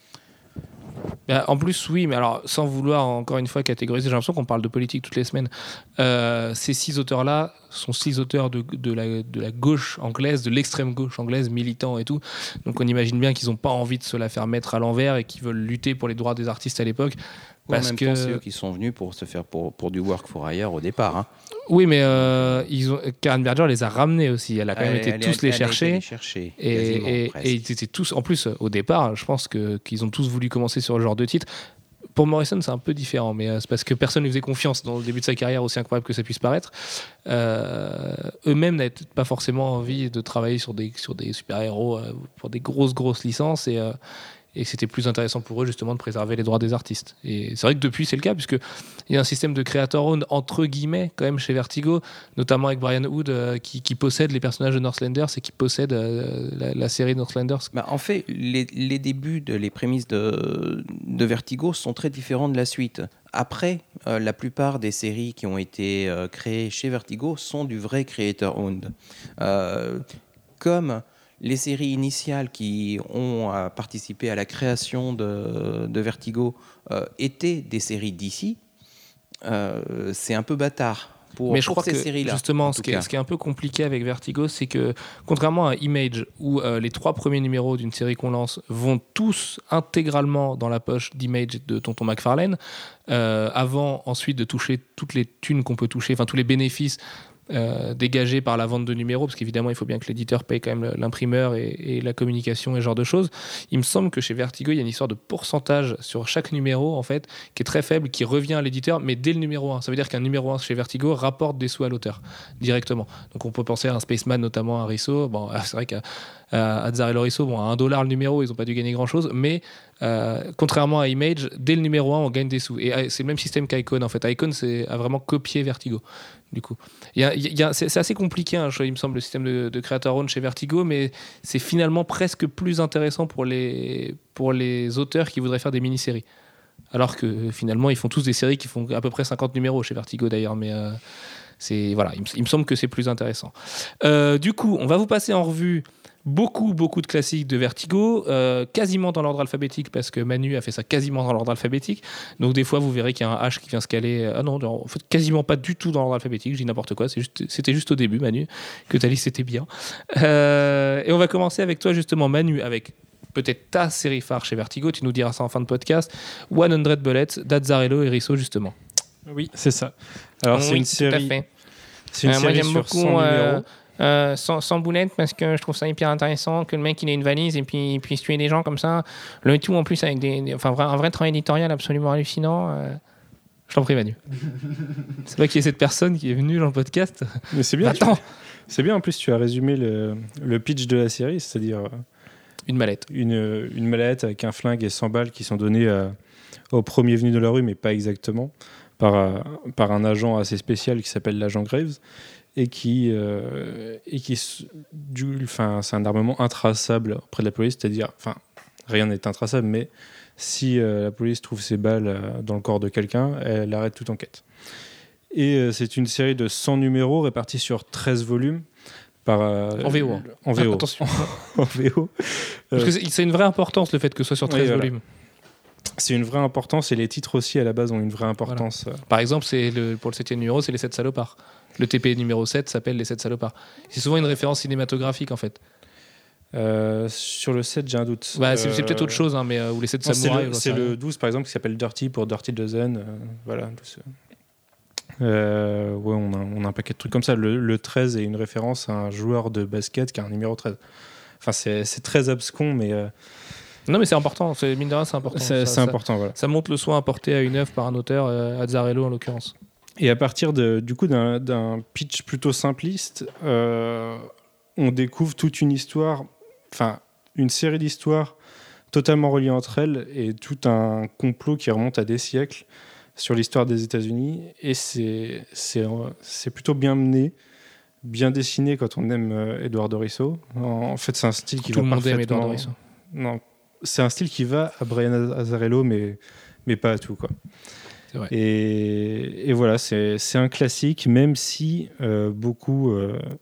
En plus, oui, mais alors sans vouloir encore une fois catégoriser, j'ai l'impression qu'on parle de politique toutes les semaines. Ces 6 auteurs-là sont 6 auteurs de la gauche anglaise, de l'extrême gauche anglaise, militants et tout. Donc on imagine bien qu'ils n'ont pas envie de se la faire mettre à l'envers et qu'ils veulent lutter pour les droits des artistes à l'époque. Parce que c'est eux qui sont venus pour se faire pour du work for hire au départ. Hein. Oui, mais Karen Berger les a ramenés aussi. Elle a quand même été tous les chercher. Et ils étaient tous, en plus, au départ, je pense qu'ils ont tous voulu commencer sur le genre de titre. Pour Morrison, c'est un peu différent, mais c'est parce que personne ne lui faisait confiance dans le début de sa carrière, aussi incroyable que ça puisse paraître. Eux-mêmes n'avaient peut-être pas forcément envie de travailler sur des super-héros pour des grosses licences, et c'était plus intéressant pour eux justement de préserver les droits des artistes. Et c'est vrai que depuis c'est le cas, puisqu'il y a un système de creator-owned entre guillemets quand même chez Vertigo, notamment avec Brian Wood qui possède les personnages de Northlanders et qui possède la série Northlanders. En fait, les débuts, les prémices de Vertigo sont très différents de la suite. Après, la plupart des séries qui ont été créées chez Vertigo sont du vrai creator-owned. Comme les séries initiales qui ont participé à la création de Vertigo étaient des séries d'ici, c'est un peu bâtard Mais je crois ces que séries-là. Justement, ce qui est un peu compliqué avec Vertigo, c'est que contrairement à Image, où les 3 premiers numéros d'une série qu'on lance vont tous intégralement dans la poche d'Image de Tonton McFarlane, avant ensuite de toucher toutes les thunes qu'on peut toucher, enfin tous les bénéfices dégagés par la vente de numéros, parce qu'évidemment il faut bien que l'éditeur paye quand même l'imprimeur et la communication et ce genre de choses. Il me semble que chez Vertigo il y a une histoire de pourcentage sur chaque numéro en fait qui est très faible, qui revient à l'éditeur mais dès le numéro 1. Ça veut dire qu'un numéro 1 chez Vertigo rapporte des sous à l'auteur directement. Donc on peut penser à un Spaceman, notamment à Risso. Bon, c'est vrai qu'à Azzarello Risso, bon, à $1 le numéro, ils n'ont pas dû gagner grand-chose, mais contrairement à Image, dès le numéro 1, on gagne des sous. Et c'est le même système qu'Icon, en fait. Icon a vraiment copié Vertigo, du coup. C'est assez compliqué, hein, il me semble, le système de Creator Own chez Vertigo, mais c'est finalement presque plus intéressant pour les auteurs qui voudraient faire des mini-séries. Alors que finalement, ils font tous des séries qui font à peu près 50 numéros chez Vertigo, d'ailleurs, mais... voilà, il me semble que c'est plus intéressant. Du coup, on va vous passer en revue beaucoup de classiques de Vertigo, quasiment dans l'ordre alphabétique, parce que Manu a fait ça quasiment dans l'ordre alphabétique. Donc des fois, vous verrez qu'il y a un H qui vient se caler. Ah non, en fait, quasiment pas du tout dans l'ordre alphabétique. Je dis n'importe quoi. C'était juste au début, Manu, que ta liste était bien. Et on va commencer avec toi, justement, Manu, avec peut-être ta série phare chez Vertigo. Tu nous diras ça en fin de podcast. 100 Bullets d'Azzarello et Risso, justement. Oui, c'est ça. Alors, c'est une série. C'est une moi, série j'aime sur beaucoup 100 numéros. sans boulettes parce que je trouve ça hyper intéressant que le mec il ait une valise et puis il puisse tuer des gens comme ça. Le tout en plus avec un vrai travail éditorial absolument hallucinant. Je t'en prie, Manu. C'est pas qu'il y ait cette personne qui est venue dans le podcast. Mais c'est bien. Attends. C'est bien, en plus, tu as résumé le pitch de la série, c'est-à-dire une mallette. Une mallette avec un flingue et 100 balles qui sont données au premier venu de la rue, mais pas exactement, par un agent assez spécial qui s'appelle l'agent Graves, et c'est un armement intraçable auprès de la police, c'est-à-dire, rien n'est intraçable, mais si la police trouve ces balles dans le corps de quelqu'un, elle arrête toute enquête. Et c'est une série de 100 numéros répartis sur 13 volumes. En VO. En VO. Attention. En VO. Parce que c'est une vraie importance le fait que ce soit sur 13 volumes. C'est une vraie importance et les titres aussi à la base ont une vraie importance. Voilà. Par exemple, pour le 7e numéro, c'est les 7 salopards. Le TP numéro 7 s'appelle les 7 salopards. C'est souvent une référence cinématographique en fait. Sur le 7, j'ai un doute. C'est peut-être autre chose, hein, mais ou les 7 samouraïs. C'est le 12 par exemple qui s'appelle Dirty pour Dirty Dozen. Voilà. On a un paquet de trucs comme ça. Le 13 est une référence à un joueur de basket qui a un numéro 13. Enfin, c'est très abscon, mais. Non, mais c'est important. Mine de rien, c'est important. C'est important, voilà. Ça montre le soin apporté à une œuvre par un auteur, Azzarello en l'occurrence. Et à partir du coup d'un pitch plutôt simpliste, on découvre toute une histoire, une série d'histoires totalement reliées entre elles et tout un complot qui remonte à des siècles sur l'histoire des États-Unis. Et c'est plutôt bien mené, bien dessiné quand on aime Eduardo Risso. En fait, c'est un style qui tout va le monde parfaitement... aime Eduardo Risso. Non, c'est un style qui va à Brian Azzarello, mais pas à tout, quoi. C'est vrai. Et voilà, c'est un classique, même si beaucoup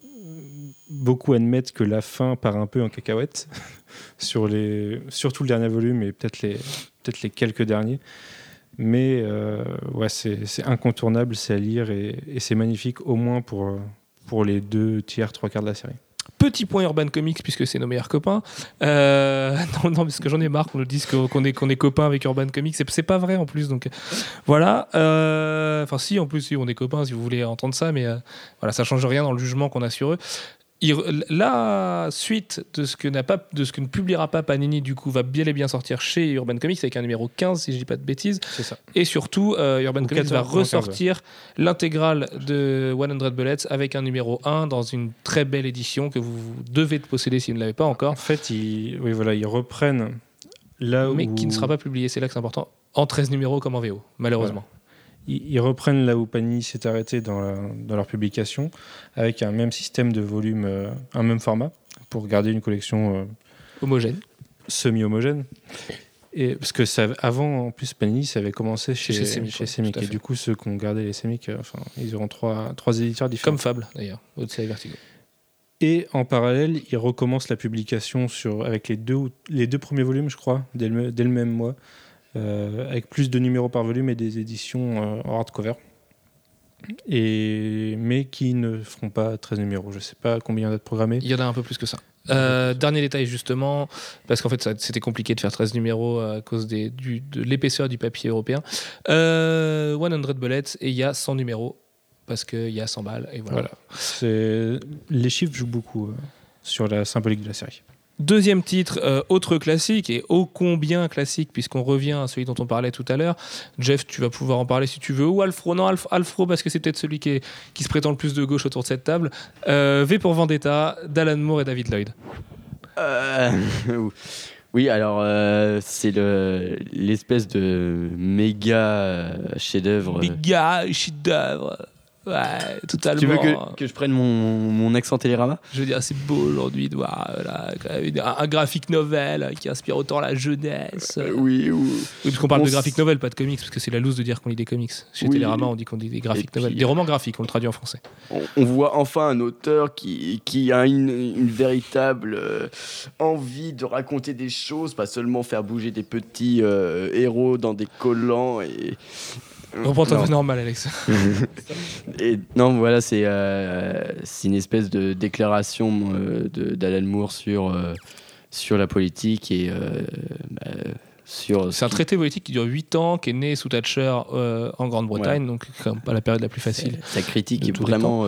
admettent que la fin part un peu en cacahuète surtout le dernier volume et peut-être les quelques derniers. Mais c'est incontournable, c'est à lire et c'est magnifique, au moins pour les 2/3 de la série. Petit point Urban Comics, puisque c'est nos meilleurs copains. Non, parce que j'en ai marre qu'on nous dise qu'on est copains avec Urban Comics. C'est pas vrai en plus. Donc voilà. Si, en plus, si, on est copains, si vous voulez entendre ça. Mais voilà, ça change rien dans le jugement qu'on a sur eux. La suite de ce que ne publiera pas Panini, du coup, va bien et bien sortir chez Urban Comics avec un numéro 15, si je dis pas de bêtises. C'est ça. Et surtout, Urban Comics va ressortir 15, l'intégrale de 100 Bullets avec un numéro 1 dans une très belle édition que vous devez posséder si vous ne l'avez pas encore. En fait, ils reprennent là mais où... qui ne sera pas publié, c'est là que c'est important, en 13 numéros comme en VO, malheureusement. Ouais. Ils reprennent là où Panini s'est arrêté dans leur publication, avec un même système de volume, un même format, pour garder une collection homogène, semi-homogène. Et parce que avant, en plus, Panini, ça avait commencé chez Semic. Et du coup, ceux qui ont gardé les Semic, ils auront trois éditeurs différents. Comme Fable, d'ailleurs, au série Vertigo. Et en parallèle, ils recommencent la publication avec les deux premiers volumes, je crois, dès le même mois. Avec plus de numéros par volume et des éditions en hardcover, mais qui ne feront pas 13 numéros. Je ne sais pas combien il y en a de programmés. Il y en a un peu plus que ça. Dernier détail justement, parce qu'en fait c'était compliqué de faire 13 numéros à cause de l'épaisseur du papier européen. 100 Bullets et il y a 100 numéros parce qu'il y a 100 balles et voilà. Les chiffres jouent beaucoup sur la symbolique de la série. Deuxième titre, autre classique, et ô combien classique, puisqu'on revient à celui dont on parlait tout à l'heure. Jeff, tu vas pouvoir en parler si tu veux, ou Alfro. Non, Alfro, parce que c'est peut-être celui qui se prétend le plus de gauche autour de cette table. V pour Vendetta, d'Alan Moore et David Lloyd. Oui, alors c'est l'espèce de méga chef-d'œuvre. Méga chef-d'œuvre. Ouais, totalement. Tu veux que je prenne mon accent Télérama? Je veux dire, c'est beau aujourd'hui de voir un graphic novel qui inspire autant la jeunesse. Oui, parce qu'on parle de graphic novel, pas de comics, parce que c'est la loose de dire qu'on lit des comics. Chez Télérama, on dit qu'on lit des graphic novels. Des romans graphiques, on le traduit en français. On voit enfin un auteur qui a une véritable envie de raconter des choses, pas seulement faire bouger des petits héros dans des collants et... Reprends ta voix normale, Alex. Et non, voilà, c'est une espèce de déclaration d'Alan Moore sur la politique et sur... C'est un traité politique qui dure 8 ans, qui est né sous Thatcher en Grande-Bretagne, donc quand même pas la période la plus facile. Ça critique vraiment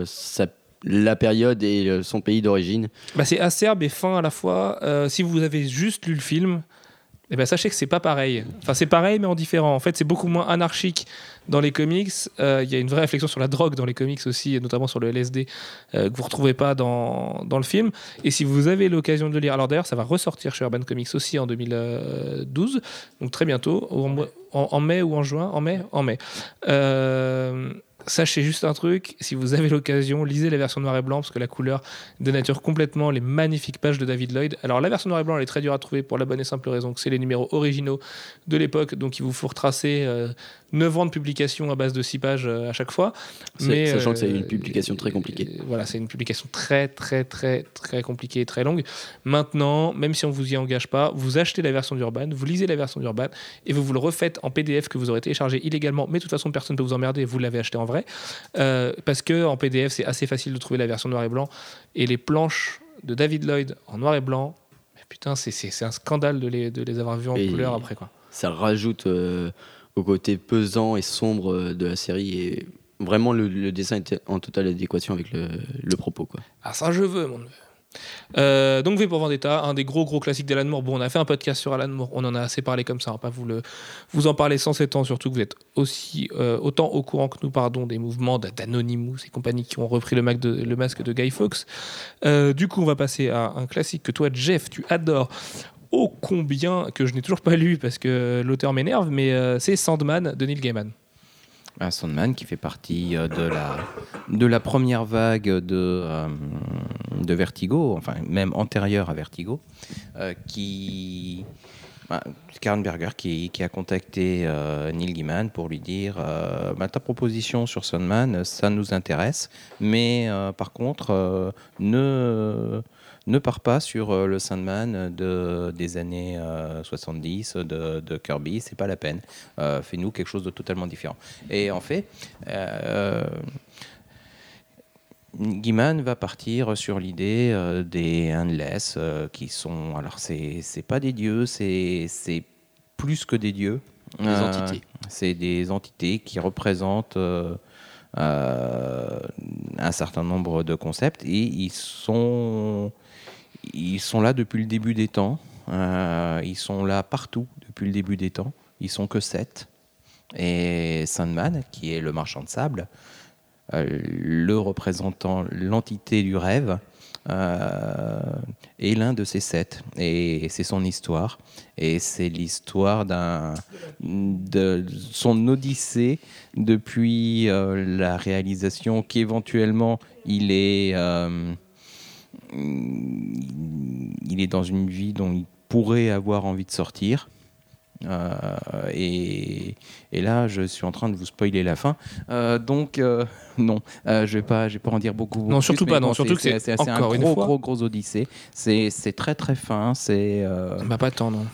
la période et son pays d'origine. C'est acerbe et fin à la fois. Si vous avez juste lu le film... sachez que c'est pas pareil. Enfin, c'est pareil, mais en différent. En fait, c'est beaucoup moins anarchique dans les comics. Il y a une vraie réflexion sur la drogue dans les comics aussi, et notamment sur le LSD, que vous retrouvez pas dans le film. Et si vous avez l'occasion de le lire, alors d'ailleurs, ça va ressortir chez Urban Comics aussi en 2012, donc très bientôt, en mai ou en juin. En mai. Sachez juste un truc, si vous avez l'occasion, lisez la version noir et blanc, parce que la couleur dénature complètement les magnifiques pages de David Lloyd. Alors la version noir et blanc, elle est très dure à trouver pour la bonne et simple raison que c'est les numéros originaux de l'époque, donc il vous faut retracer 9 ans de publication à base de 6 pages à chaque fois. Sachant que c'est une publication très compliquée. Voilà, c'est une publication très très très très compliquée et très longue. Maintenant, même si on vous y engage pas, vous achetez la version d'Urban, vous lisez la version d'Urban et vous le refaites en PDF que vous aurez téléchargé illégalement, mais de toute façon personne ne peut vous emmerder, vous l'avez acheté en vrai. Parce que en PDF c'est assez facile de trouver la version noir et blanc, et les planches de David Lloyd en noir et blanc, putain, c'est un scandale de les avoir vues en couleur après, quoi. Ça rajoute au côté pesant et sombre de la série, et vraiment le dessin était en totale adéquation avec le propos, quoi. Ah, ça je veux, mon neveu. Donc V pour Vendetta, un des gros classiques d'Alan Moore. Bon, on a fait un podcast sur Alan Moore, on en a assez parlé comme ça, on va pas vous en parler sans s'étendre, surtout que vous êtes aussi autant au courant que nous, des mouvements d'Anonymous et compagnie qui ont repris le masque de Guy Fawkes. Du coup, on va passer à un classique que toi, Jeff, tu adores ô combien, que je n'ai toujours pas lu parce que l'auteur m'énerve, mais c'est Sandman de Neil Gaiman. Sandman qui fait partie de la première vague de Vertigo, enfin même antérieure à Vertigo, Karen Berger qui a contacté Neil Gaiman pour lui dire ta proposition sur Sandman, ça nous intéresse, mais par contre ne pars pas sur le Sandman des années 70 de Kirby, c'est pas la peine. Fais-nous quelque chose de totalement différent. Et en fait, Gaiman va partir sur l'idée des Endless, qui sont... Alors, c'est pas des dieux, c'est plus que des dieux. Des entités. C'est des entités qui représentent... un certain nombre de concepts, et ils sont là depuis le début des temps. Ils sont là partout depuis le début des temps. Ils sont que 7. Et Sandman, qui est le marchand de sable, le représentant, l'entité du rêve, est l'un de ces 7. Et c'est son histoire. Et c'est l'histoire de son odyssée depuis la réalisation qu'éventuellement il est dans une vie dont il pourrait avoir envie de sortir. Et là, je suis en train de vous spoiler la fin. Donc, non, je vais pas en dire beaucoup. Non, surtout plus, pas. Non, surtout que c'est encore un gros odyssée. C'est très très fin. C'est. Pas tant, non.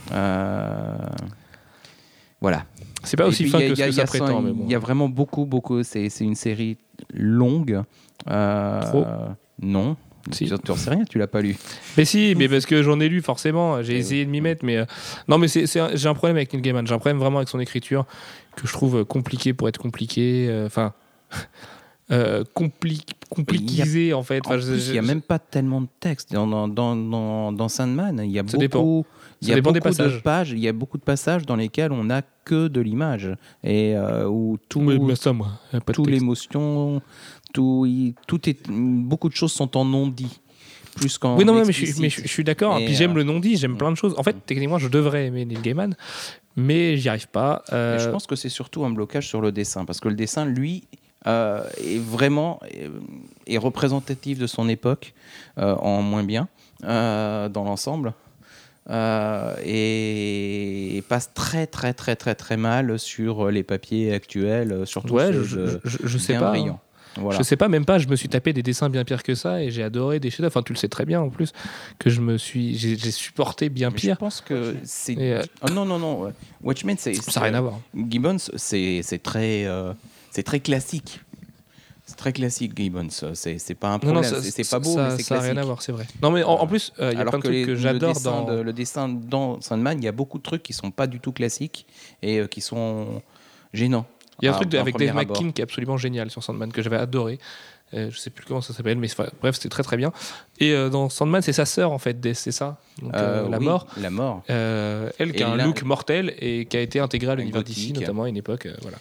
Voilà. C'est pas aussi fin que ce que ça prétend. Il y a vraiment beaucoup. C'est une série longue. Trop. Non. Si. Tu n'en sais rien, tu l'as pas lu. Mais si, mais parce que j'en ai lu forcément. J'ai essayé de m'y mettre, mais non, mais j'ai un problème avec Neil Gaiman. J'ai un problème vraiment avec son écriture que je trouve compliqué pour être compliqué. Enfin. Compliquisé en fait. Il n'y a même pas tellement de texte dans Sandman. Il y a beaucoup de pages. Il y a beaucoup de passages dans lesquels on n'a que de l'image et où toute l'émotion, beaucoup de choses sont en non-dit. plus qu'en Oui, non, mais explicite. je suis d'accord. Et, Puis j'aime le non-dit, j'aime plein de choses. En fait, techniquement, je devrais aimer Neil Gaiman, mais j'y arrive pas. Et je pense que c'est surtout un blocage sur le dessin, parce que le dessin, lui, est vraiment est représentatif de son époque, en moins bien, dans l'ensemble. Et passe très très très très très mal sur les papiers actuels, surtout Ouais, ceux je sais bien pas. brillants. Voilà. Je sais pas, même pas. Je me suis tapé des dessins bien pires que ça et j'ai adoré des chefs-d'œuvre. Enfin, tu le sais très bien en plus que j'ai supporté bien Mais je pire. pense que c'est. Et, Oh, non. Ouais. Watchmen, Ça n'a rien à voir. Gibbons, c'est très classique. C'est très classique, Gibbons. C'est pas un problème. C'est pas beau, mais c'est classique. Ça n'a rien à voir, c'est vrai. Non, mais en plus, il y a Alors plein de trucs que j'adore dans. Le dessin dans Sandman, il y a beaucoup de trucs qui sont pas du tout classiques et qui sont gênants. Il y a un truc avec Dave premier abord. McKean qui est absolument génial sur Sandman que j'avais adoré. Je sais plus comment ça s'appelle, mais bref, c'était très très bien. Et dans Sandman, c'est sa sœur en fait, c'est ça. Donc, la Oui, mort. La mort. Elle qui Et a un là- look mortel et qui a été intégrée à l'univers d'ici, gothique. notamment à une époque. Voilà.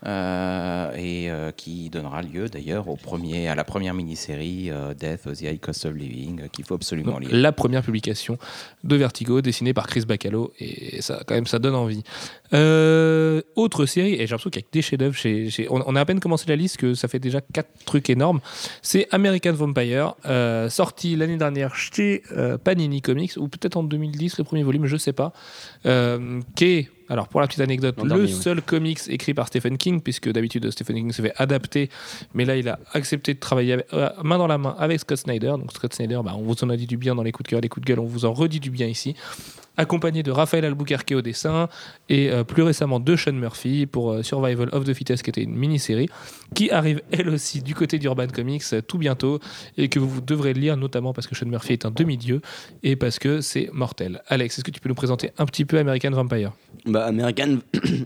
Qui donnera lieu d'ailleurs à la première mini-série Death, The High Cost of Living, qu'il faut absolument Donc, lire. la première publication de Vertigo, dessinée par Chris Bacalo, et ça, quand même, ça donne envie. Autre série, et j'ai l'impression qu'il y a que des chefs-d'œuvre. On a à peine commencé la liste, que ça fait déjà 4 trucs énormes. C'est American Vampire, sorti l'année dernière chez Panini Comics, ou peut-être en 2010, le premier volume, je sais pas, qui est. Alors, pour la petite anecdote, le seul comics écrit par Stephen King, puisque d'habitude Stephen King se fait adapter, mais là il a accepté de travailler main dans la main avec Scott Snyder. Donc Scott Snyder, on vous en a dit du bien dans les coups de cœur, les coups de gueule, on vous en redit du bien ici. Accompagné de Raphaël Albuquerque au dessin et plus récemment de Sean Murphy pour Survival of the Fittest, qui était une mini-série qui arrive elle aussi du côté d'Urban Comics tout bientôt et que vous devrez lire, notamment parce que Sean Murphy est un demi-dieu et parce que c'est mortel. Alex, est-ce que tu peux nous présenter un petit peu American Vampire ? American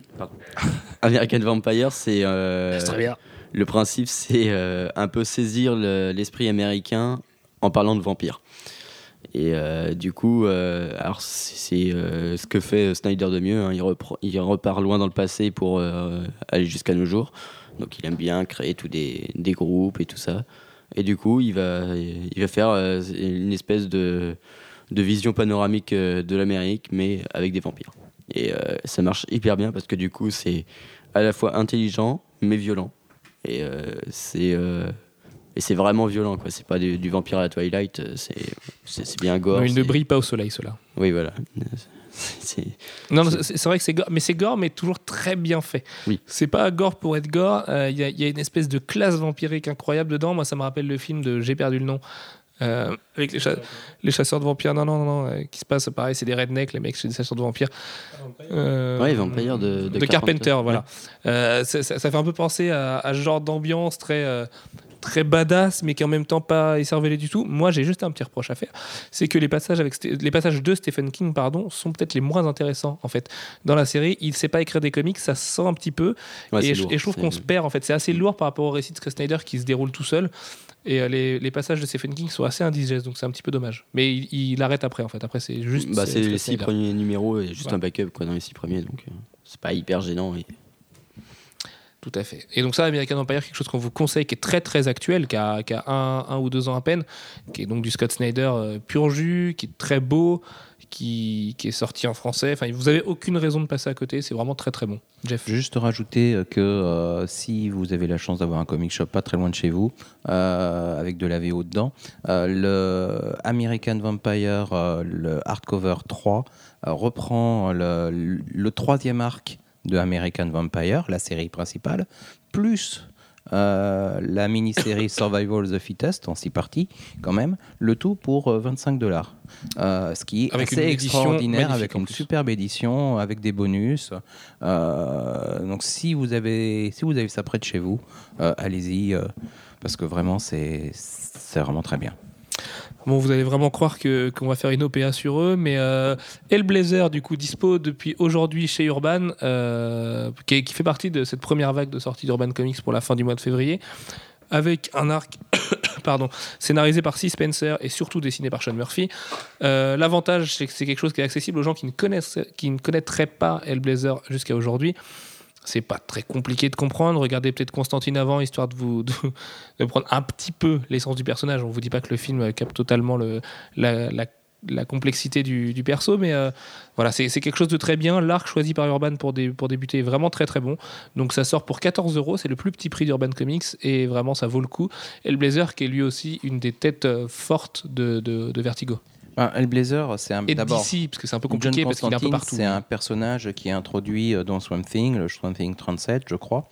Vampire, c'est très bien. le principe, c'est un peu saisir l'esprit américain en parlant de vampires. Et du coup, alors c'est ce que fait Snyder de mieux. Hein. Il repart loin dans le passé pour aller jusqu'à nos jours. Donc il aime bien créer tous des groupes et tout ça. Et du coup, il va faire une espèce de vision panoramique de l'Amérique, mais avec des vampires. Et ça marche hyper bien parce que du coup, c'est à la fois intelligent, mais violent. Et c'est vraiment violent, quoi. C'est pas du vampire à la Twilight, c'est bien gore. Non, il ne brille pas au soleil, ceux-là. Oui, voilà. Non, c'est vrai que c'est gore, mais toujours très bien fait. Oui. C'est pas gore pour être gore. Il y a une espèce de classe vampirique incroyable dedans. Moi, ça me rappelle le film de J'ai perdu le nom. Avec les chasseurs de vampires. Non, qui se passe pareil, c'est des rednecks, les mecs, c'est des chasseurs de vampires. Ouais, Vampire de Carpenter, voilà. Ça fait un peu penser à ce genre d'ambiance très badass, mais qui en même temps pas écervelé du tout. Moi, j'ai juste un petit reproche à faire, c'est que les passages de Stephen King, sont peut-être les moins intéressants en fait dans la série. Il sait pas écrire des comics, ça se sent un petit peu, Ouais, et je trouve qu'on se perd en fait. C'est assez lourd par rapport au récit de Scott Snyder qui se déroule tout seul. Et les passages de Stephen King sont assez indigestes, donc c'est un petit peu dommage. Mais il arrête après, en fait. Après, c'est juste. C'est les 6 Snyder. premiers numéros et juste Voilà. un backup quoi, dans les 6 premiers, donc c'est pas hyper gênant. Tout à fait. Et donc ça, American Vampire, quelque chose qu'on vous conseille, qui est très très actuel, qui a 1 ou 2 ans à peine, qui est donc du Scott Snyder pur jus, qui est très beau, qui est sorti en français. Enfin, vous avez aucune raison de passer à côté. C'est vraiment très très bon. Jeff. Juste rajouter que si vous avez la chance d'avoir un comic shop pas très loin de chez vous, avec de la VO dedans, le American Vampire, le hardcover 3, reprend le 3e arc de American Vampire, la série principale, plus la mini-série Survival of the Fittest en 6 parties, quand même, le tout pour $25. Ce qui est Avec assez une édition extraordinaire, magnifique avec en une plus. superbe édition, avec des bonus. Donc si vous avez ça près de chez vous, allez-y, parce que vraiment c'est vraiment très bien. Bon, vous allez vraiment croire qu'on va faire une OPA sur eux, mais Hellblazer, du coup, dispo depuis aujourd'hui chez Urban, qui fait partie de cette première vague de sortie d'Urban Comics pour la fin du mois de février, avec un arc scénarisé par C. Spencer et surtout dessiné par Sean Murphy. L'avantage, c'est que c'est quelque chose qui est accessible aux gens qui ne connaîtraient pas Hellblazer jusqu'à aujourd'hui. C'est pas très compliqué de comprendre. Regardez peut-être Constantine avant, histoire de prendre un petit peu l'essence du personnage. On vous dit pas que le film capte totalement la complexité du perso, mais voilà, c'est quelque chose de très bien. L'arc choisi par Urban pour débuter est vraiment très très bon. Donc ça sort pour 14€, c'est le plus petit prix d'Urban Comics et vraiment ça vaut le coup. Hellblazer qui est lui aussi une des têtes fortes de Vertigo. Hellblazer, c'est Et d'abord d'ici, parce que c'est un peu compliqué parce qu'il est un peu partout. C'est un personnage qui est introduit dans Swamp Thing, le Swamp Thing 37, je crois,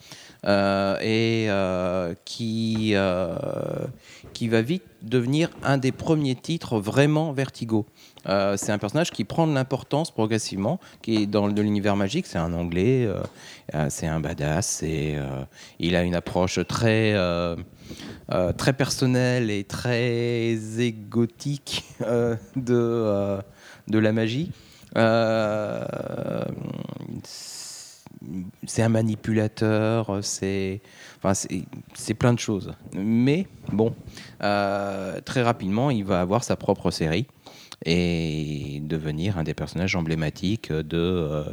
qui va vite devenir un des premiers titres vraiment Vertigo. C'est un personnage qui prend de l'importance progressivement, qui est dans l'univers magique. C'est un Anglais, c'est un badass, il a une approche très personnelle et très égotique de la magie. C'est un manipulateur, c'est plein de choses. Mais bon, très rapidement, il va avoir sa propre série et devenir un des personnages emblématiques de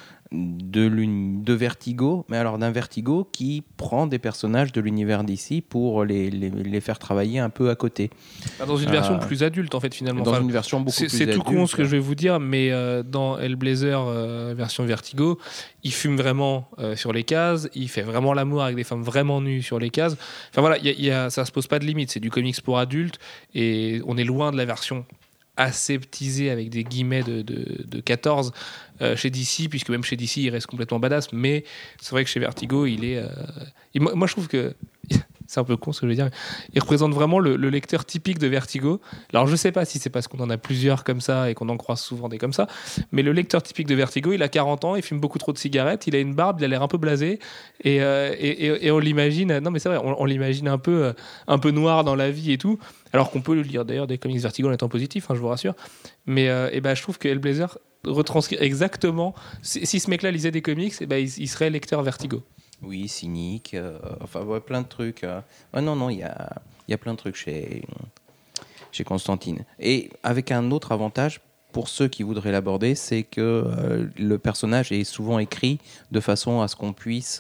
Vertigo, mais alors d'un Vertigo qui prend des personnages de l'univers d'ici pour les faire travailler un peu à côté. Dans une version plus adulte, en fait, finalement. Dans une version beaucoup plus adulte. C'est tout con ce que je vais vous dire, mais dans Hellblazer version Vertigo, il fume vraiment sur les cases, il fait vraiment l'amour avec des femmes vraiment nues sur les cases. Enfin voilà, ça se pose pas de limite, c'est du comics pour adultes, et on est loin de la version aseptisé avec des guillemets de 14 chez DC, puisque même chez DC il reste complètement badass, mais c'est vrai que chez Vertigo il est moi je trouve que c'est un peu con ce que je veux dire, il représente vraiment le lecteur typique de Vertigo. Alors je sais pas si c'est parce qu'on en a plusieurs comme ça et qu'on en croise souvent des comme ça, mais le lecteur typique de Vertigo, il a 40 ans, il fume beaucoup trop de cigarettes, il a une barbe, il a l'air un peu blasé et on l'imagine, non mais c'est vrai, on l'imagine un peu noir dans la vie et tout, alors qu'on peut lire d'ailleurs des comics Vertigo en étant positif, je vous rassure, mais je trouve que Hellblazer retranscrit exactement, si ce mec là lisait des comics, il serait lecteur Vertigo. Oui, cynique, plein de trucs. Non, il y a plein de trucs chez Constantine. Et avec un autre avantage, pour ceux qui voudraient l'aborder, c'est que le personnage est souvent écrit de façon à ce qu'on puisse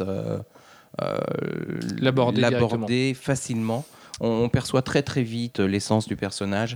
l'aborder facilement. On perçoit très très vite l'essence du personnage.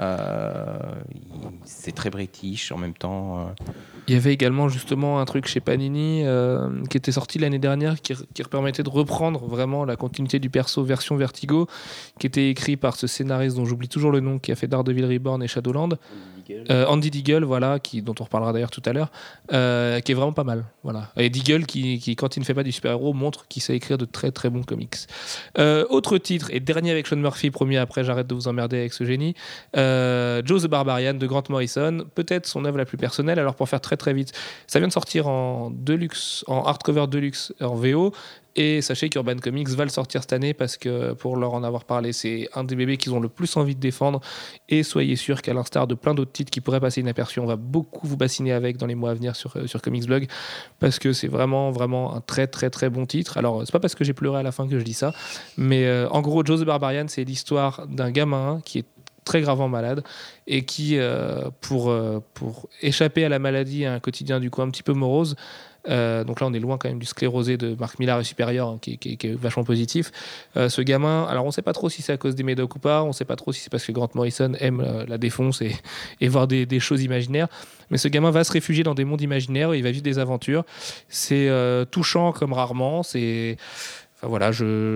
C'est très british en même temps. Il y avait également justement un truc chez Panini qui était sorti l'année dernière qui permettait de reprendre vraiment la continuité du perso version Vertigo, qui était écrit par ce scénariste dont j'oublie toujours le nom, qui a fait Daredevil Reborn et Shadowland. Andy Deagle, voilà, dont on reparlera d'ailleurs tout à l'heure, qui est vraiment pas mal. Voilà. Et Deagle qui, quand il ne fait pas du super-héros, montre qu'il sait écrire de très très bons comics. Autre titre, et dernier avec Sean Murphy, premier après j'arrête de vous emmerder avec ce génie, Joe the Barbarian de Grant Morrison, peut-être son œuvre la plus personnelle. Alors pour faire très très vite, ça vient de sortir en hardcover deluxe en VO. Et sachez qu'Urban Comics va le sortir cette année parce que, pour leur en avoir parlé, c'est un des bébés qu'ils ont le plus envie de défendre. Et soyez sûr qu'à l'instar de plein d'autres titres qui pourraient passer inaperçus, on va beaucoup vous bassiner avec dans les mois à venir sur Comics Blog, parce que c'est vraiment, vraiment un très, très, très bon titre. Alors, c'est pas parce que j'ai pleuré à la fin que je dis ça, mais en gros, Joe the Barbarian, c'est l'histoire d'un gamin qui est très gravement malade et qui, pour échapper à la maladie et à un quotidien du coup un petit peu morose, donc là on est loin quand même du sclérosé de Mark Millar et supérieur, qui est vachement positif. Ce gamin, alors on sait pas trop si c'est à cause des médocs ou pas, on sait pas trop si c'est parce que Grant Morrison aime la défonce et voir des choses imaginaires, mais ce gamin va se réfugier dans des mondes imaginaires et il va vivre des aventures. C'est touchant comme rarement, c'est... Enfin voilà,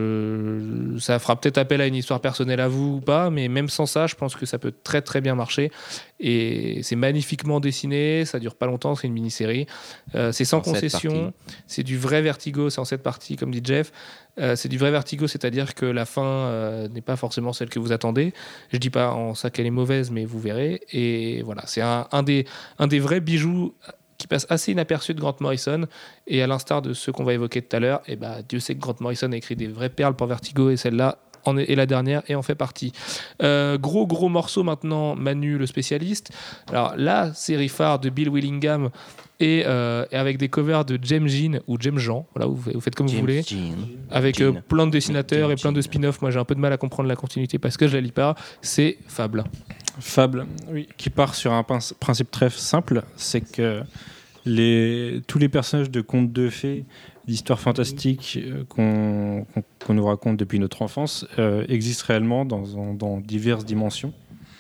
ça fera peut-être appel à une histoire personnelle à vous ou pas, mais même sans ça, je pense que ça peut très très bien marcher. Et c'est magnifiquement dessiné, ça dure pas longtemps, c'est une mini-série. C'est sans concession, c'est du vrai Vertigo, c'est en 7 parties, comme dit Jeff. C'est du vrai Vertigo, c'est-à-dire que la fin n'est pas forcément celle que vous attendez. Je dis pas en ça qu'elle est mauvaise, mais vous verrez. Et voilà, c'est un des vrais bijoux qui passe assez inaperçu de Grant Morrison, et à l'instar de ceux qu'on va évoquer tout à l'heure, Dieu sait que Grant Morrison a écrit des vraies perles pour Vertigo, et celle-là est la dernière et en fait partie. Gros morceau maintenant, Manu le spécialiste. Alors la série phare de Bill Willingham et avec des covers de James Jean ou James Jean, voilà, vous faites comme vous voulez, avec plein de dessinateurs et plein de spin-offs. Moi j'ai un peu de mal à comprendre la continuité parce que je la lis pas. C'est Fable, oui, qui part sur un principe très simple, c'est que tous les personnages de contes de fées, d'histoires fantastiques qu'on nous raconte depuis notre enfance existent réellement dans diverses dimensions.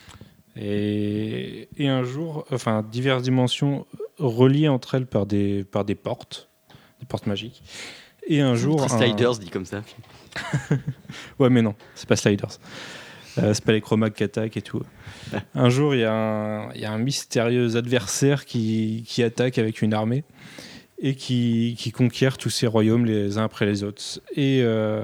Et un jour, enfin, diverses dimensions reliées entre elles par des portes magiques. Et un jour... Sliders dit comme ça. Ouais, mais non, c'est pas Sliders. C'est pas les chromags qui attaquent et tout. Un jour, il y a un mystérieux adversaire qui attaque avec une armée et qui conquiert tous ces royaumes les uns après les autres. Et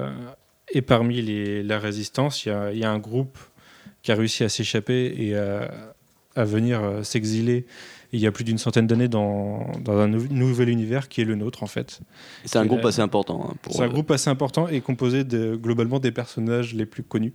parmi la résistance, il y a un groupe qui a réussi à s'échapper et à venir s'exiler il y a plus d'une centaine d'années dans un nouvel univers qui est le nôtre en fait. C'est un groupe assez important. Hein, c'est un groupe assez important et composé globalement des personnages les plus connus.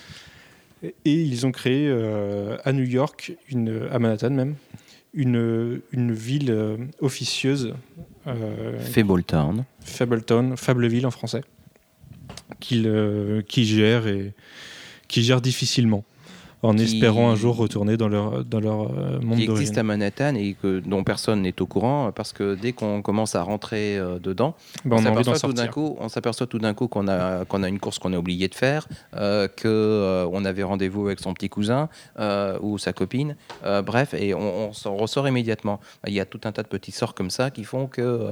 Et ils ont créé à New York, à Manhattan même, une ville officieuse. Fabletown, Fableville en français, qui gère difficilement. En espérant un jour retourner dans leur monde d'origine. Qui existe à Manhattan et dont personne n'est au courant, parce que dès qu'on commence à rentrer dedans, on s'aperçoit tout d'un coup qu'on a une course qu'on a oublié de faire, qu'on avait rendez-vous avec son petit cousin ou sa copine, bref, et on s'en ressort immédiatement. Il y a tout un tas de petits sorts comme ça qui font que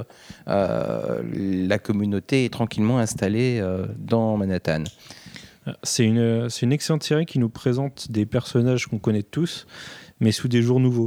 la communauté est tranquillement installée dans Manhattan. C'est une excellente série qui nous présente des personnages qu'on connaît tous, mais sous des jours nouveaux.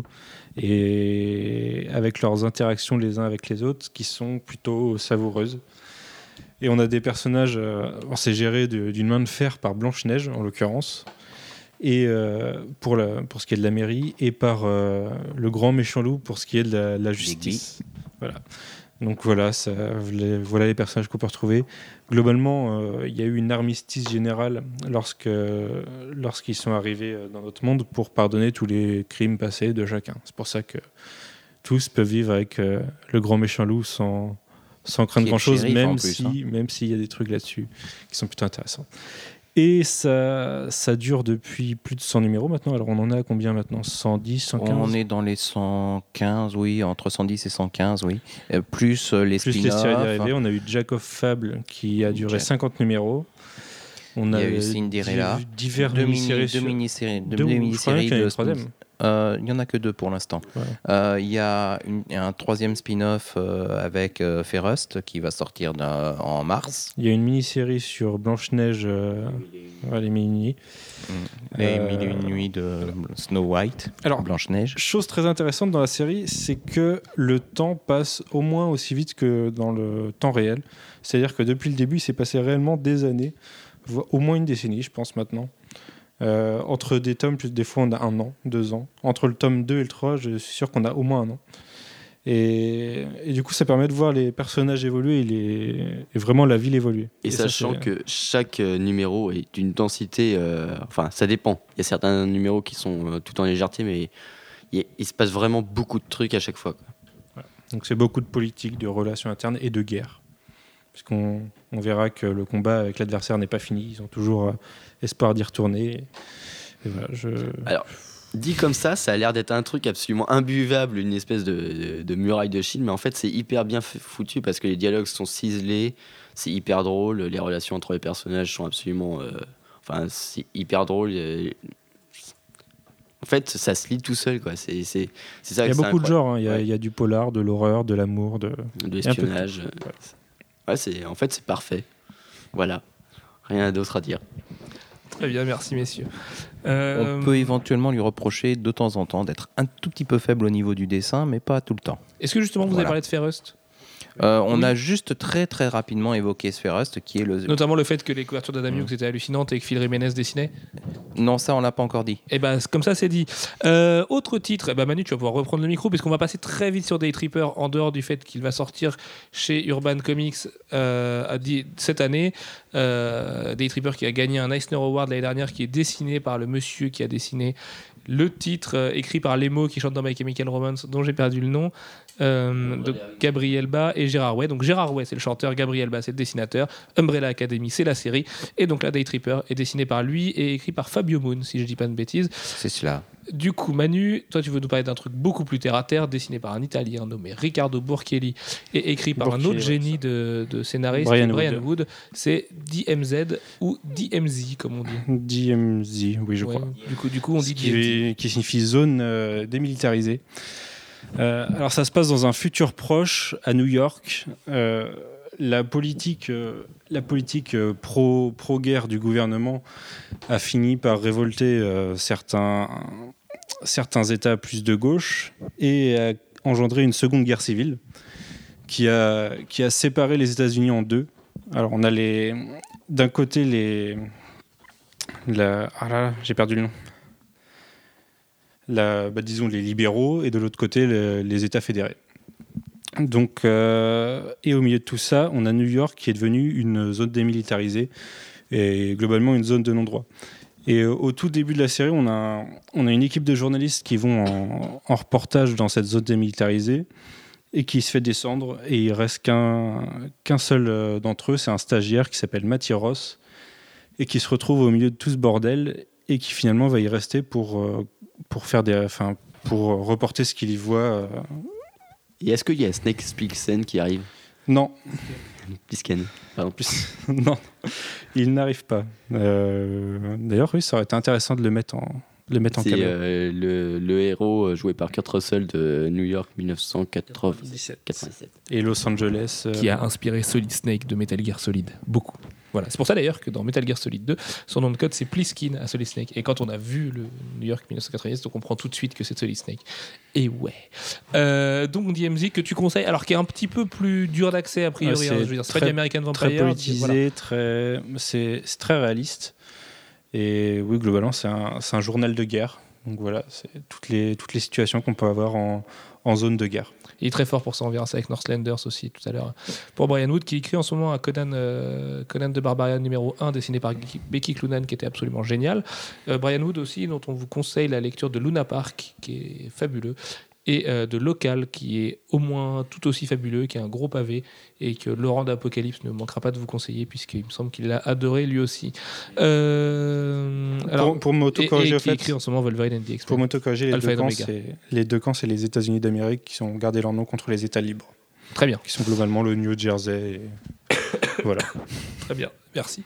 Et avec leurs interactions les uns avec les autres qui sont plutôt savoureuses. Et on a des personnages, c'est géré d'une main de fer par Blanche-Neige en l'occurrence, et pour ce qui est de la mairie, et par le grand méchant loup pour ce qui est de la justice. Voilà. Donc voilà les personnages qu'on peut retrouver. Globalement, il y a eu une armistice générale lorsqu'ils sont arrivés dans notre monde pour pardonner tous les crimes passés de chacun. C'est pour ça que tous peuvent vivre avec le grand méchant loup sans craindre grand-chose, même s'il y a des trucs là-dessus qui sont plutôt intéressants. Et ça dure depuis plus de 100 numéros maintenant. Alors on en a combien maintenant ? 110, 115 ? On est dans les 115, oui, entre 110 et 115, oui. Plus les spin-offs. Plus les séries dérivées. On a eu Jack of Fable qui a duré 50 numéros. Il y a eu Cinderella. Divers deux mini-séries de troisième. Il n'y en a que 2 pour l'instant. Ouais. Il y a un 3e spin-off avec Fairest qui va sortir en mars. Il y a une mini-série sur Blanche-Neige, les mini-nuits. Les mini-nuits de Snow White, alors, Blanche-Neige. Chose très intéressante dans la série, c'est que le temps passe au moins aussi vite que dans le temps réel. C'est-à-dire que depuis le début, il s'est passé réellement des années, au moins une décennie, je pense maintenant. Entre des tomes, des fois on a 1 an, 2 ans. Entre le tome 2 et le 3, je suis sûr qu'on a au moins 1 an. Et du coup, ça permet de voir les personnages évoluer et vraiment la ville évoluer. Et sachant que chaque numéro est d'une densité... Enfin, ça dépend. Il y a certains numéros qui sont tout en légèreté, mais il se passe vraiment beaucoup de trucs à chaque fois, quoi. Voilà. Donc c'est beaucoup de politique, de relations internes et de guerre. Puisqu'on verra que le combat avec l'adversaire n'est pas fini. Ils ont toujours espoir d'y retourner. Et voilà, Alors, dit comme ça a l'air d'être un truc absolument imbuvable, une espèce de muraille de Chine, mais en fait, c'est hyper bien foutu parce que les dialogues sont ciselés, c'est hyper drôle, les relations entre les personnages sont absolument... c'est hyper drôle. En fait, ça se lit tout seul, quoi. C'est ça. Il y a beaucoup de genres. Hein. Il y a du polar, de l'horreur, de l'amour, de l'espionnage. Ouais, en fait, c'est parfait. Voilà. Rien d'autre à dire. Très bien, merci messieurs. On peut éventuellement lui reprocher de temps en temps d'être un tout petit peu faible au niveau du dessin, mais pas tout le temps. Est-ce que justement vous avez parlé de Fairest ? On a juste très très rapidement évoqué Fairest, qui est notamment le fait que les couvertures d'Adam Hughes étaient hallucinantes et que Phil Jiménez dessinait. Non, ça on l'a pas encore dit. Et comme ça c'est dit. Autre titre, Manu, tu vas pouvoir reprendre le micro puisqu'on va passer très vite sur Day Tripper en dehors du fait qu'il va sortir chez Urban Comics cette année. Day Tripper qui a gagné un Eisner Award l'année dernière, qui est dessiné par le monsieur qui a dessiné le titre écrit par Lemo qui chante dans My Chemical Romance, dont j'ai perdu le nom. De Gabriel Ba, et et Gérard Way. Donc Gérard Way, c'est le chanteur, Gabriel Bá, c'est le dessinateur, Umbrella Academy, c'est la série, et donc la Day Tripper est dessinée par lui et écrit par Fabio Moon, si je dis pas de bêtises. C'est cela. Du coup, Manu, toi, tu veux nous parler d'un truc beaucoup plus terre à terre, dessiné par un Italien nommé Riccardo Borchelli et écrit par un autre génie de scénariste, Brian Wood. C'est DMZ ou DMZ, comme on dit. DMZ, oui, je crois. Du coup, on dit DMZ. Qui signifie zone démilitarisée. Alors, ça se passe dans un futur proche à New York. La politique pro-guerre du gouvernement a fini par révolter certains États plus de gauche et a engendré une seconde guerre civile qui a séparé les États-Unis en deux. Alors on a d'un côté j'ai perdu le nom. Disons les libéraux et de l'autre côté les États fédérés. Donc, et au milieu de tout ça, on a New York qui est devenue une zone démilitarisée et globalement une zone de non-droit. Et au tout début de la série, on a une équipe de journalistes qui vont en reportage dans cette zone démilitarisée et qui se fait descendre. Et il reste qu'un seul d'entre eux, c'est un stagiaire qui s'appelle Mathieu Ross et qui se retrouve au milieu de tout ce bordel et qui finalement va y rester pour reporter ce qu'il y voit. Et est-ce qu'il y a Snake Plissken qui arrive? Non. Plissken, pardon. Non, il n'arrive pas. D'ailleurs, oui, ça aurait été intéressant de le mettre en caméra. C'est le héros joué par Kurt Russell de New York 1997. Et Los Angeles. Qui a inspiré Solid Snake de Metal Gear Solid. Beaucoup. Voilà. C'est pour ça d'ailleurs que dans Metal Gear Solid 2, son nom de code c'est Plissken à Solid Snake. Et quand on a vu le New York 1997, on comprend tout de suite que c'est Solid Snake. Et ouais. Donc DMZ que tu conseilles, alors qui est un petit peu plus dur d'accès a priori. C'est pas du American Vampire. Très politisé, c'est très réaliste. Et oui, globalement, c'est un journal de guerre. Donc voilà, c'est toutes les situations qu'on peut avoir en zone de guerre. Il est très fort pour ça, on verra ça avec Northlanders aussi tout à l'heure. Pour Brian Wood, qui écrit en ce moment un Conan de Barbarian numéro 1, dessiné par Becky Cloonan, qui était absolument génial. Brian Wood aussi, dont on vous conseille la lecture de Luna Park, qui est fabuleux, et de Local, qui est au moins tout aussi fabuleux, qui est un gros pavé, et que Laurent d'Apocalypse ne manquera pas de vous conseiller, puisqu'il me semble qu'il l'a adoré lui aussi. Pour m'autocorriger, en fait, écrit en ce moment Wolverine and the X-Men. Pour m'autocorriger, les deux camps, c'est les États-Unis d'Amérique qui ont gardé leur nom contre les États libres. Très bien. Qui sont globalement le New Jersey. Voilà. Très bien, merci.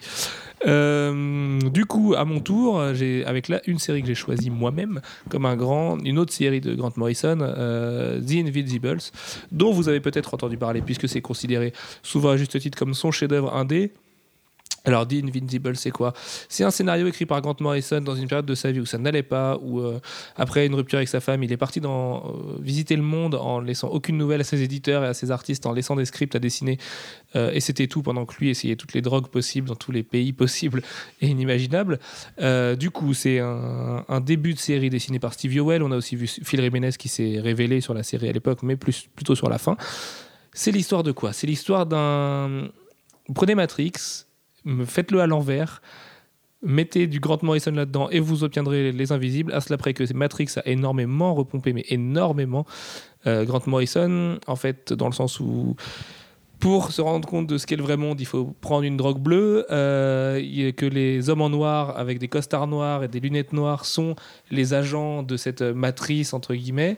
Du coup, à mon tour, j'ai avec là une série que j'ai choisie moi-même comme une autre série de Grant Morrison, The Invisibles, dont vous avez peut-être entendu parler puisque c'est considéré souvent à juste titre comme son chef-d'œuvre indé. Alors, The Invincible, c'est quoi? C'est un scénario écrit par Grant Morrison dans une période de sa vie où ça n'allait pas, où après une rupture avec sa femme, il est parti visiter le monde en laissant aucune nouvelle à ses éditeurs et à ses artistes, en laissant des scripts à dessiner. Et c'était tout pendant que lui essayait toutes les drogues possibles dans tous les pays possibles et inimaginables. Du coup, c'est un début de série dessiné par Steve Yowell. On a aussi vu Phil Jiménez qui s'est révélé sur la série à l'époque, mais plutôt sur la fin. C'est l'histoire de quoi? C'est l'histoire d'un... Prenez Matrix... Faites-le à l'envers, mettez du Grant Morrison là-dedans et vous obtiendrez les Invisibles. À cela près que Matrix a énormément repompé, mais énormément Grant Morrison, en fait, dans le sens où pour se rendre compte de ce qu'est le vrai monde, il faut prendre une drogue bleue, que les hommes en noir avec des costards noirs et des lunettes noires sont les agents de cette matrice, entre guillemets.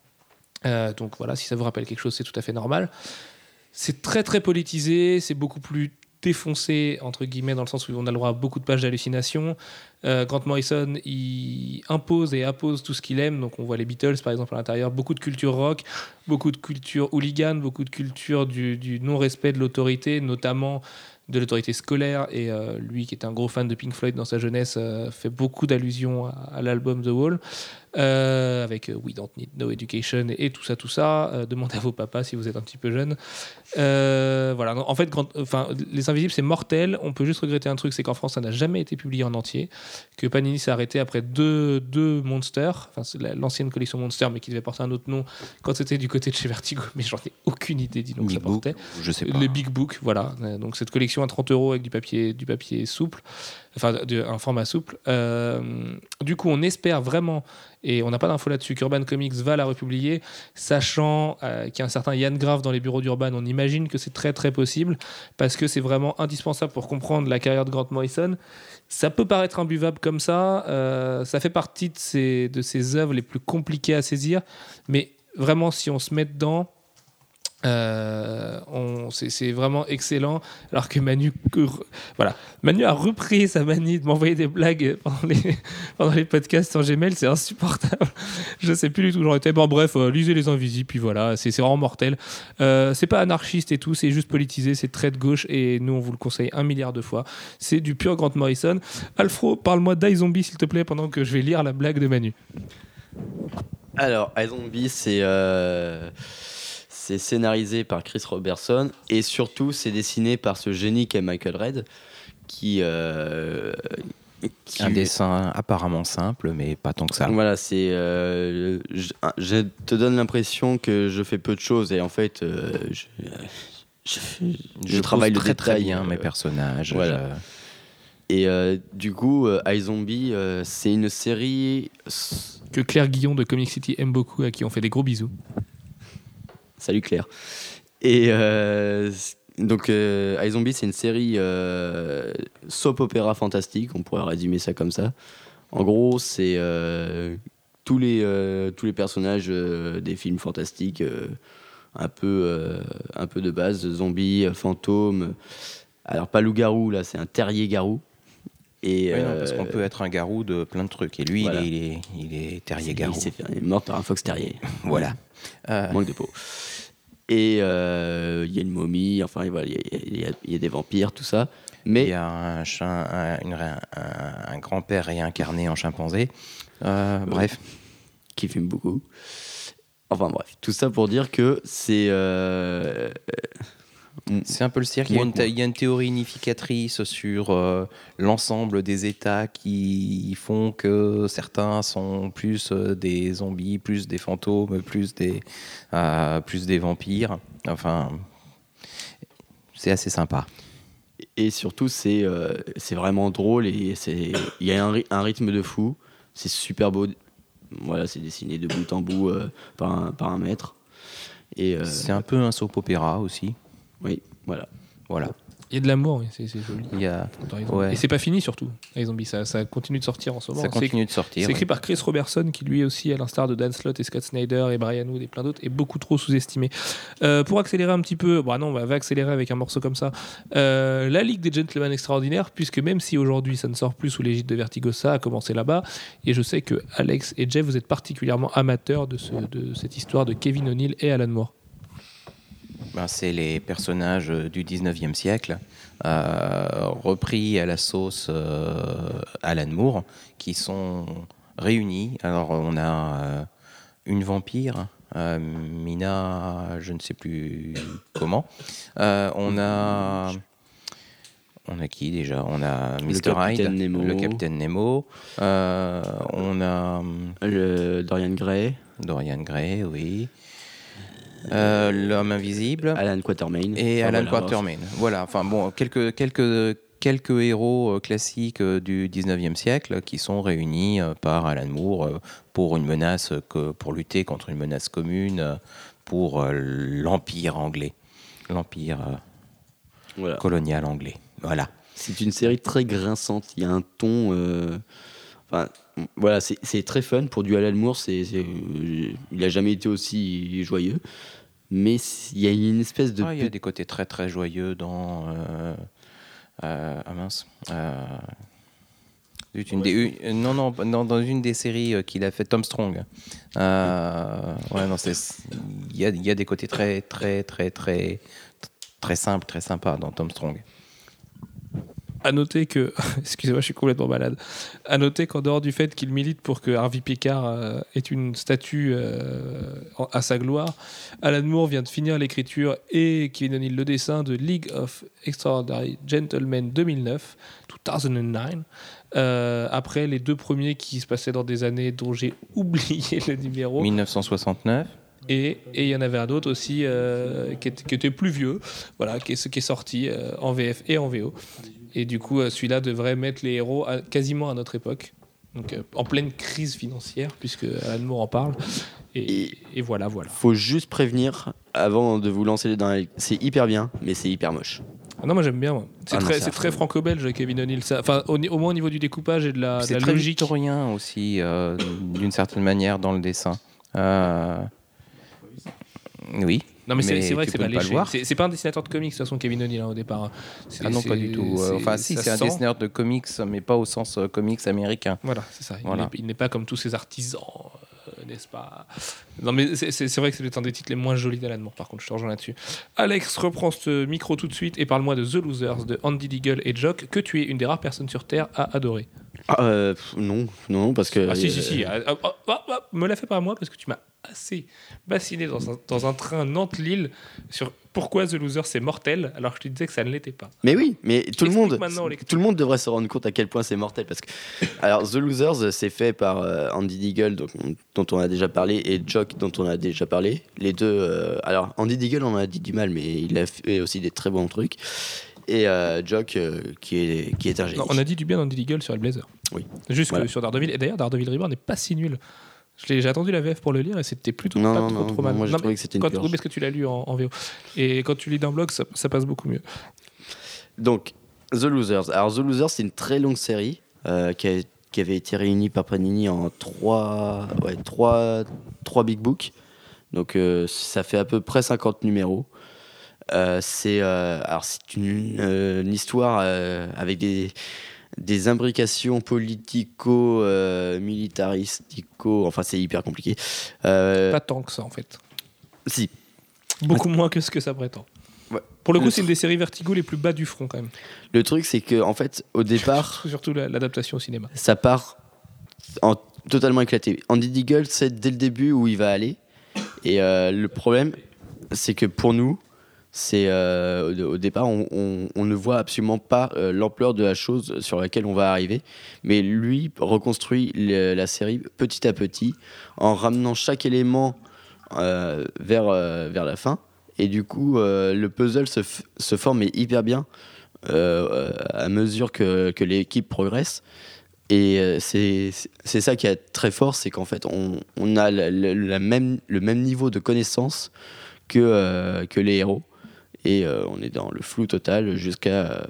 Donc voilà, si ça vous rappelle quelque chose, c'est tout à fait normal. C'est très très politisé, c'est beaucoup plus défoncé entre guillemets dans le sens où on a le droit à beaucoup de pages d'hallucination. Grant Morrison il impose et appose tout ce qu'il aime, donc on voit les Beatles par exemple à l'intérieur, beaucoup de culture rock, beaucoup de culture hooligan, beaucoup de culture du non-respect de l'autorité, notamment de l'autorité scolaire, et lui qui est un gros fan de Pink Floyd dans sa jeunesse fait beaucoup d'allusions à l'album The Wall, avec We Don't Need No Education et tout ça. Demandez à vos papas si vous êtes un petit peu jeune. Voilà. En fait, Les Invisibles c'est mortel. On peut juste regretter un truc, c'est qu'en France ça n'a jamais été publié en entier, que Panini s'est arrêté après deux Monsters, enfin c'est l'ancienne collection Monster mais qui devait porter un autre nom quand c'était du côté de chez Vertigo, mais j'en ai aucune idée du nom que ça portait. Je sais pas. Les Big Book, voilà. Donc cette collection à 30€ avec du papier souple, enfin un format souple. Du coup on espère vraiment, et on n'a pas d'infos là-dessus, qu'Urban Comics va la republier, sachant qu'il y a un certain Yann Graff dans les bureaux d'Urban. On imagine que c'est très très possible, parce que c'est vraiment indispensable pour comprendre la carrière de Grant Morrison. Ça peut paraître imbuvable comme ça, ça fait partie de ses œuvres les plus compliquées à saisir, mais vraiment, si on se met dedans, c'est vraiment excellent. Alors que Manu a repris sa manie de m'envoyer des blagues pendant les podcasts sur Gmail, c'est insupportable. Je sais plus du tout où j'en étais. Bon, bref, lisez Les Invisibles, puis voilà, c'est vraiment mortel. C'est pas anarchiste et tout, c'est juste politisé, c'est très de gauche, et nous on vous le conseille 1 milliard de fois. C'est du pur Grant Morrison. Alfro, parle-moi d'iZombie s'il te plaît, pendant que je vais lire la blague de Manu. Alors, iZombie, c'est scénarisé par Chris Robertson, et surtout c'est dessiné par ce génie qu'est Michael Red, qui un dessin apparemment simple, mais pas tant que ça. Voilà, je te donne l'impression que je fais peu de choses, et en fait je travaille très le détail, très bien mes personnages. Voilà. Et du coup, iZombie, c'est une série que Claire Guillon de Comic City aime beaucoup, à qui on fait des gros bisous. Salut Claire. Et donc iZombie, c'est une série soap opéra fantastique, on pourrait résumer ça comme ça. En gros, c'est tous les personnages des films fantastiques, un peu de base, zombies, fantômes. Alors pas loup-garou, là c'est un terrier-garou. Et oui, non, parce qu'on peut être un garou de plein de trucs, et lui voilà. il est terrier-garou. Il est mort par un fox terrier. Voilà. Manque de peau. Et il y a une momie, enfin voilà, il y a des vampires, tout ça. Mais il y a un grand-père réincarné en chimpanzé. Bref. Qui fume beaucoup. Enfin bref, tout ça pour dire que c'est un peu le cirque. Il y a une théorie unificatrice sur l'ensemble des États qui font que certains sont plus des zombies, plus des fantômes, plus des vampires. Enfin, c'est assez sympa. Et surtout, c'est vraiment drôle, et il y a un rythme de fou. C'est super beau. Voilà, c'est dessiné de bout en bout par un maître. Et c'est un peu un soap opéra aussi. Oui, voilà. Il y a de l'amour, oui, c'est joli. Ouais. Et c'est pas fini surtout, les zombies, ça continue de sortir en ce moment. C'est écrit par Chris Robertson, qui lui aussi, à l'instar de Dan Slott et Scott Snyder et Brian Wood et plein d'autres, est beaucoup trop sous-estimé. Pour accélérer un petit peu, on va accélérer avec un morceau comme ça. La Ligue des Gentlemen Extraordinaires, puisque même si aujourd'hui ça ne sort plus sous l'égide de Vertigo, ça a commencé là-bas. Et je sais que Alex et Jeff, vous êtes particulièrement amateurs de cette histoire de Kevin O'Neill et Alan Moore. C'est les personnages du 19e siècle, repris à la sauce Alan Moore, qui sont réunis. Alors, on a une vampire, Mina, je ne sais plus comment. On a qui déjà ? On a Mr. Hyde, le Capitaine Nemo. On a Dorian Gray. Dorian Gray, oui. L'homme invisible, Alan Quatermain et Alan Quatermain. Voilà, enfin bon, quelques héros classiques du 19e siècle qui sont réunis par Alan Moore pour lutter contre une menace commune, pour l'empire anglais, l'empire colonial anglais. Voilà. C'est une série très grinçante. Il y a un ton. Voilà, c'est très fun pour du Alan Moore. Il n'a jamais été aussi joyeux, mais il y a une espèce de. Il y a des côtés très très joyeux dans. Dans une des séries qu'il a fait, Tom Strong. Il y a des côtés très très très très très simples, très sympas dans Tom Strong. À noter que, excusez-moi, je suis complètement malade. À noter qu'en dehors du fait qu'il milite pour que Harvey Picard ait une statue à sa gloire, Alan Moore vient de finir l'écriture et Kevin O'Neill le dessin de League of Extraordinary Gentlemen 2009, après les deux premiers qui se passaient dans des années dont j'ai oublié le numéro. 1969. Et il y en avait un autre aussi qui était plus vieux, voilà, qui est sorti en VF et en VO. Et du coup, celui-là devrait mettre les héros quasiment à notre époque. Donc en pleine crise financière, puisque Alan Moore en parle. Et voilà. Faut juste prévenir avant de vous lancer dans la... C'est hyper bien, mais c'est hyper moche. Ah non, moi j'aime bien. Moi. C'est non, c'est très franco-belge, Kevin O'Neill. Enfin, au moins au niveau du découpage et de la très logique. victorien aussi, d'une certaine manière, dans le dessin. Oui. Non, mais c'est vrai tu que c'est peux pas ne pas le léché. voir. C'est pas un dessinateur de comics, de toute façon, Kevin O'Neill, au départ. Ah non, pas du tout. Enfin, si, c'est un dessinateur de comics, mais pas au sens comics américain. Voilà, c'est ça. Voilà. Il n'est pas comme tous ces artisans, n'est-ce pas? Non, mais c'est vrai que c'est un des titres les moins jolis d'Alan Moore, par contre, je te rejoins là-dessus. Alex, reprends ce micro tout de suite et parle-moi de The Losers de Andy Deagle et Jock, que tu es une des rares personnes sur Terre à adorer. Non, parce que... Ah si. Me la fais pas à moi, parce que tu m'as assez bassiné dans un train Nantes-Lille sur pourquoi The Loser c'est mortel, alors que je te disais que ça ne l'était pas. Mais oui, mais tout le Explique monde devrait se rendre compte à quel point c'est mortel, parce que alors The Losers c'est fait par Andy Deagle dont on a déjà parlé et Jock dont on a déjà parlé. Les deux. Alors Andy Deagle on en a dit du mal, mais il a fait aussi des très bons trucs. Et Jock qui est un génie. Non, on a dit du bien d'Andy Deagle sur Hellblazer. Oui. Juste Voilà. que sur Daredevil. Et d'ailleurs, Daredevil Reborn n'est pas si nul. J'ai attendu la VF pour le lire et c'était plutôt pas trop mal. Moi j'ai trouvé que c'était une purge. Oui, parce que tu l'as lu en VO. Et quand tu lis d'un blog, ça passe beaucoup mieux. Donc The Losers. Alors The Losers c'est une très longue série qui avait été réunie par Panini en trois big books. Donc ça fait à peu près 50 numéros. C'est une histoire avec des imbrications politico-militaristico, enfin c'est hyper compliqué. Pas tant que ça en fait. Si. Beaucoup moins que ce que ça prétend. Ouais. Pour le coup, c'est une des séries Vertigo les plus bas du front quand même. Le truc c'est que en fait au départ, Surtout l'adaptation au cinéma. ça part totalement éclaté. Andy Deagle sait dès le début où il va aller. Et le problème, c'est que pour nous, au départ, on ne voit absolument pas l'ampleur de la chose sur laquelle on va arriver. Mais lui reconstruit la série petit à petit en ramenant chaque élément vers la fin. Et du coup, le puzzle se forme hyper bien à mesure que l'équipe progresse. Et c'est ça qui est très fort, c'est qu'en fait, on a le même niveau de connaissance que les héros. Et on est dans le flou total jusqu'à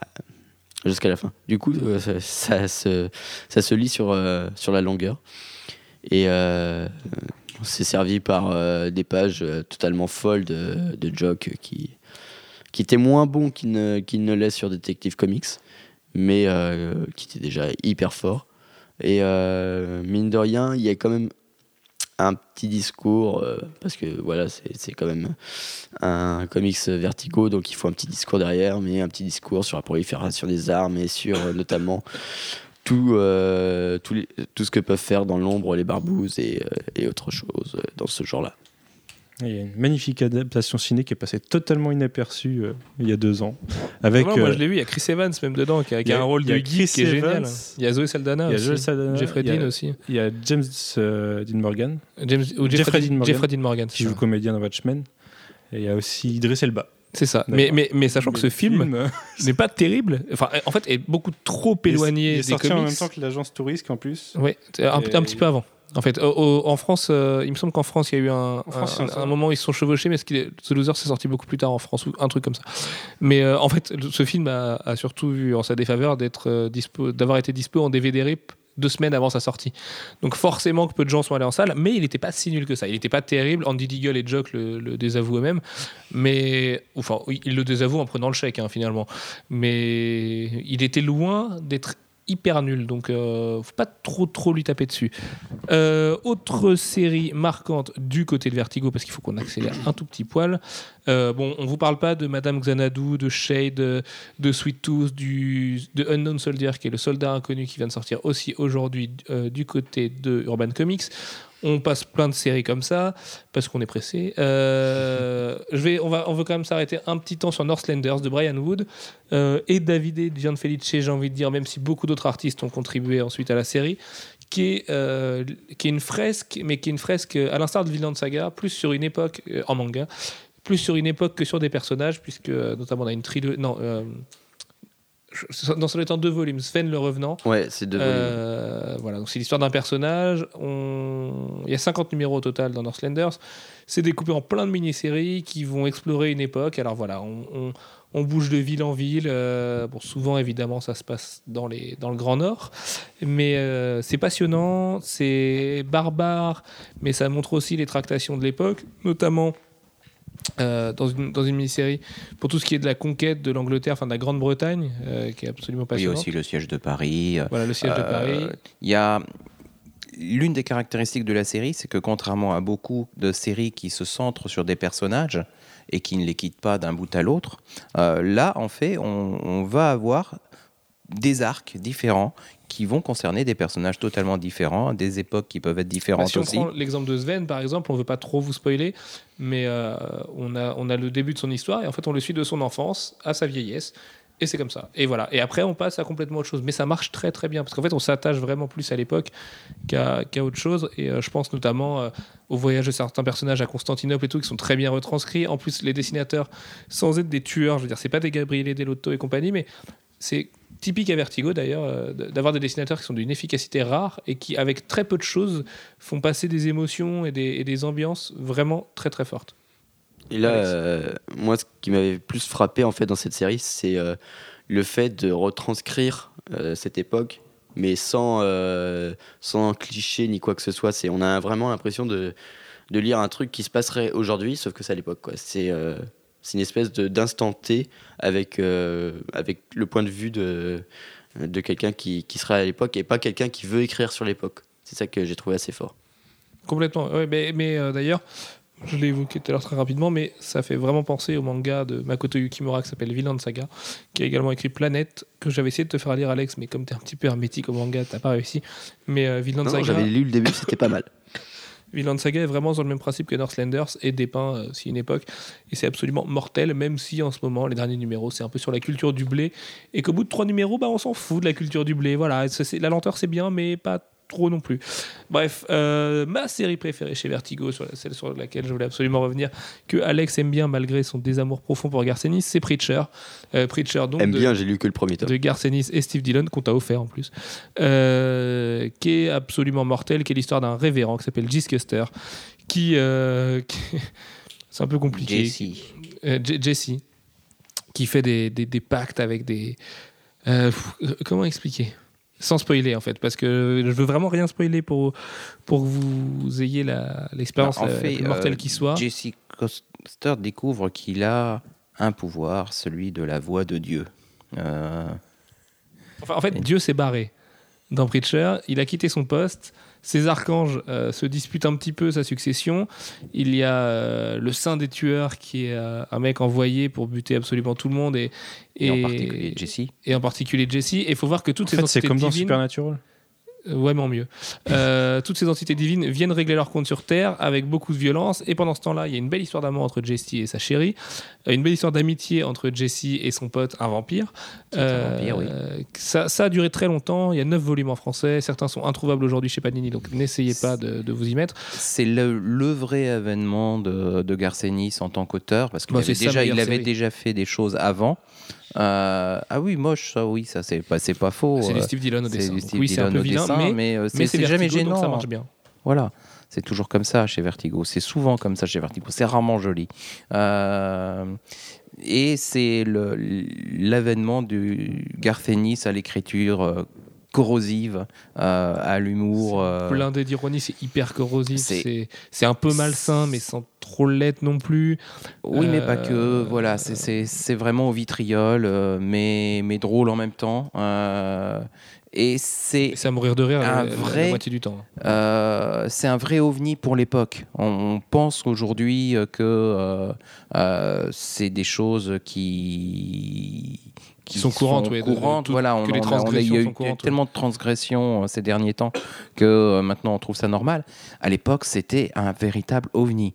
la fin. Du coup, ça se lit sur la longueur. Et c'est servi par des pages totalement folles de Jock qui était moins bon qu'il ne l'est sur Detective Comics, mais qui était déjà hyper fort. Et mine de rien, il y a quand même un petit discours, parce que voilà, c'est quand même un comics Vertigo, donc il faut un petit discours derrière, mais un petit discours sur la prolifération des armes et sur notamment tout ce que peuvent faire dans l'ombre les barbouzes et autre chose dans ce genre-là. Il y a une magnifique adaptation ciné qui est passée totalement inaperçue il y a 2 ans. Avec, moi je l'ai vu, il y a Chris Evans même dedans, qui a un rôle de geek qui est génial. Il y a Zoé Saldana aussi. Jeffrey Dean aussi. Il y a James Dean Morgan. Jeffrey Dean Morgan. Qui joue le comédien dans Watchmen. Et il y a aussi Idris Elba. C'est ça. Mais sachant que ce film n'est pas terrible, enfin, en fait, est beaucoup trop éloigné des comics. Il est sorti en même temps que l'agence Touriste en plus. Oui, un petit peu avant. En fait, en France, il me semble qu'en France, il y a eu un moment où ils se sont chevauchés, mais The Loser s'est sorti beaucoup plus tard en France, ou un truc comme ça. Mais en fait, ce film a surtout vu en sa défaveur d'avoir été dispo en DVD RIP 2 semaines avant sa sortie. Donc forcément que peu de gens sont allés en salle, mais il n'était pas si nul que ça. Il n'était pas terrible. Andy Deagle et Jock le désavouent eux-mêmes, mais enfin, ils le désavouent en prenant le chèque finalement. Mais il était loin d'être hyper nul, donc faut pas trop lui taper dessus. Autre série marquante du côté de Vertigo, parce qu'il faut qu'on accélère un tout petit poil. On vous parle pas de Madame Xanadu, de Shade, de Sweet Tooth, de Unknown Soldier, qui est le soldat inconnu qui vient de sortir aussi aujourd'hui du côté de Urban Comics. On passe plein de séries comme ça parce qu'on est pressé. On veut quand même s'arrêter un petit temps sur Northlanders de Brian Wood et Davide et Gianfelice, j'ai envie de dire, même si beaucoup d'autres artistes ont contribué ensuite à la série, qui est une fresque, mais qui est une fresque à l'instar de Vinland Saga, plus sur une époque en manga, plus sur une époque que sur des personnages, puisque notamment on a une trilogie. dans son étant 2 volumes, Sven le Revenant. Ouais, c'est 2 volumes. Voilà, donc c'est l'histoire d'un personnage. Il y a 50 numéros au total dans Northlanders. C'est découpé en plein de mini-séries qui vont explorer une époque. Alors voilà, on bouge de ville en ville. Bon, souvent, évidemment, ça se passe dans le Grand Nord. Mais c'est passionnant, c'est barbare, mais ça montre aussi les tractations de l'époque, notamment dans une mini-série pour tout ce qui est de la conquête de l'Angleterre, enfin de la Grande-Bretagne, qui est absolument Il y a passionnante. aussi le siège de Paris. Voilà, le siège de Paris. Il y a l'une des caractéristiques de la série, c'est que contrairement à beaucoup de séries qui se centrent sur des personnages et qui ne les quittent pas d'un bout à l'autre, là, en fait, on va avoir des arcs différents qui vont concerner des personnages totalement différents, des époques qui peuvent être différentes si on aussi. prend l'exemple de Sven, par exemple, on ne veut pas trop vous spoiler, mais on a le début de son histoire et en fait, on le suit de son enfance à sa vieillesse. Et c'est comme ça. Et voilà. Et après, on passe à complètement autre chose. Mais ça marche très très bien parce qu'en fait, on s'attache vraiment plus à l'époque qu'à autre chose. Et je pense notamment au voyage de certains personnages à Constantinople et tout qui sont très bien retranscrits. En plus, les dessinateurs, sans être des tueurs, je veux dire, c'est pas des Gabriele Dell'Otto et compagnie, mais c'est typique à Vertigo d'ailleurs d'avoir des dessinateurs qui sont d'une efficacité rare et qui, avec très peu de choses, font passer des émotions et des ambiances vraiment très très fortes. Et là, moi, ce qui m'avait plus frappé en fait dans cette série, c'est le fait de retranscrire cette époque, mais sans cliché ni quoi que ce soit. On a vraiment l'impression de lire un truc qui se passerait aujourd'hui, sauf que c'est à l'époque, quoi. C'est une espèce d'instant T avec le point de vue de quelqu'un qui serait à l'époque et pas quelqu'un qui veut écrire sur l'époque. C'est ça que j'ai trouvé assez fort. Complètement. Ouais, mais d'ailleurs, je l'ai évoqué tout à l'heure très rapidement, mais ça fait vraiment penser au manga de Makoto Yukimura qui s'appelle Vinland Saga, qui a également écrit Planète, que j'avais essayé de te faire lire, Alex, mais comme tu es un petit peu hermétique au manga, t'as pas réussi. Mais Vinland Saga. J'avais lu le début, c'était pas mal. Vinland Saga est vraiment sur le même principe que Northlanders et dépeint aussi une époque. Et c'est absolument mortel, même si en ce moment, les derniers numéros, c'est un peu sur la culture du blé. Et qu'au bout de 3 numéros, on s'en fout de la culture du blé. Voilà, la lenteur, c'est bien, mais pas trop non plus. Bref, ma série préférée chez Vertigo, celle sur laquelle je voulais absolument revenir, que Alex aime bien malgré son désamour profond pour Garcenis, c'est Preacher. Preacher, donc. Bien, j'ai lu que le premier tome. De Garcenis et Steve Dillon, qu'on t'a offert en plus, qui est absolument mortel, qui est l'histoire d'un révérend qui s'appelle Jis Custer, qui c'est un peu compliqué. Jesse, qui fait des pactes avec des. Comment expliquer ? Sans spoiler en fait, parce que je veux vraiment rien spoiler pour que vous ayez l'expérience la plus mortelle qui soit. Jesse Custer découvre qu'il a un pouvoir, celui de la voix de Dieu. En fait, Dieu s'est barré dans Preacher, il a quitté son poste, ses archanges se disputent un petit peu sa succession, il y a le saint des tueurs qui est un mec envoyé pour buter absolument tout le monde et en particulier Jesse. Et en particulier Jesse, et il faut voir que toutes ces entités c'est comme dans divines, Supernatural. Ouais, mais en mieux. Toutes ces entités divines viennent régler leur compte sur Terre avec beaucoup de violence. Et pendant ce temps-là, il y a une belle histoire d'amour entre Jesse et sa chérie. Une belle histoire d'amitié entre Jesse et son pote, un vampire. Un vampire, oui. Ça a duré très longtemps. Il y a 9 volumes en français. Certains sont introuvables aujourd'hui chez Panini, donc n'essayez pas de vous y mettre. C'est le vrai événement de Garcenis en tant qu'auteur, parce qu'il avait déjà fait des choses avant. Ah oui, moche, ça, oui, ça c'est pas faux. C'est du Steve Dillon au dessin. Oui, c'est un peu vilain, mais c'est jamais Vertigo, gênant. donc ça marche bien. Voilà, c'est toujours comme ça chez Vertigo. C'est souvent comme ça chez Vertigo. C'est rarement joli. Et c'est l'avènement du Garcenis à l'écriture corrosive, à l'humour. Blindé d'ironie, c'est hyper corrosif. C'est un peu malsain, mais sans trop l'être non plus. Oui, mais pas que. Voilà, c'est vraiment au vitriol, mais drôle en même temps. Et c'est à mourir de rire la moitié du temps. C'est un vrai ovni pour l'époque. On pense aujourd'hui que c'est des choses qui sont courantes. Voilà, il y a eu tellement de transgressions ces derniers temps que maintenant on trouve ça normal. À l'époque, c'était un véritable ovni.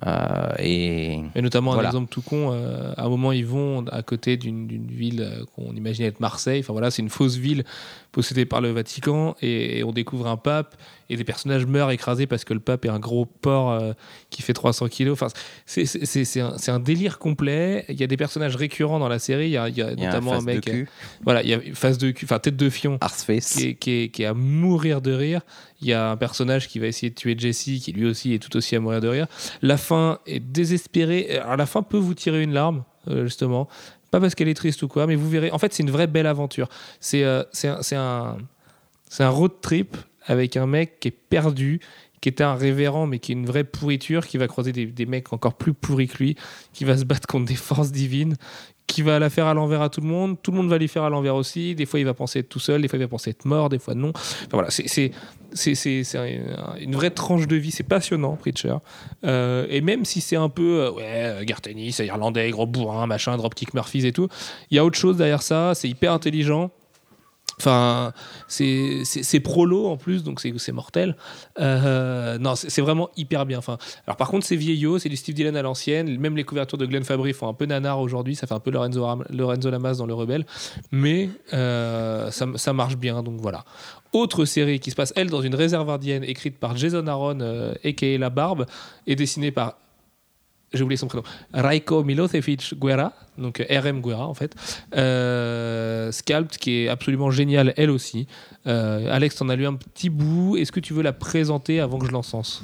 Et notamment voilà. un exemple tout con, à un moment ils vont à côté d'une ville qu'on imaginait être Marseille, enfin voilà, c'est une fausse ville possédée par le Vatican et on découvre un pape et des personnages meurent écrasés parce que le pape est un gros porc qui fait 300 kilos. Enfin, c'est un délire complet. Il y a des personnages récurrents dans la série, il y a notamment un mec, voilà, il y a face de cul, enfin tête de fion, qui est à mourir de rire. Il y a un personnage qui va essayer de tuer Jesse, qui lui aussi est tout aussi à mourir de rire. La fin est désespérée. Alors, la fin peut vous tirer une larme, justement. Pas parce qu'elle est triste ou quoi, mais vous verrez. En fait, c'est une vraie belle aventure. C'est un road trip avec un mec qui est perdu, qui était un révérend, mais qui est une vraie pourriture, qui va croiser des mecs encore plus pourris que lui, qui va se battre contre des forces divines, qui va la faire à l'envers à tout le monde va lui faire à l'envers aussi, des fois il va penser être tout seul, des fois il va penser être mort, des fois non. Enfin voilà, c'est une vraie tranche de vie, c'est passionnant Preacher, et même si c'est un peu Gartenis, irlandais, gros bourrin, machin, Dropkick Murphys et tout, il y a autre chose derrière ça, c'est hyper intelligent. Enfin, c'est prolo en plus, donc c'est mortel. Non, c'est vraiment hyper bien. Enfin, alors par contre, c'est vieillot, c'est du Steve Dillon à l'ancienne. Même les couvertures de Glenn Fabry font un peu nanar aujourd'hui. Ça fait un peu Lorenzo Lamas dans Le Rebelle, mais ça marche bien. Donc voilà. Autre série qui se passe elle dans une réserve indienne, écrite par Jason Aaron, a.k.a. La Barbe, et dessinée par, j'ai oublié son prénom, Rajko Milosevic Guerra, donc RM Guerra en fait, Scalped, qui est absolument géniale elle aussi. Alex, t'en as lu un petit bout, est-ce que tu veux la présenter avant que je l'encense?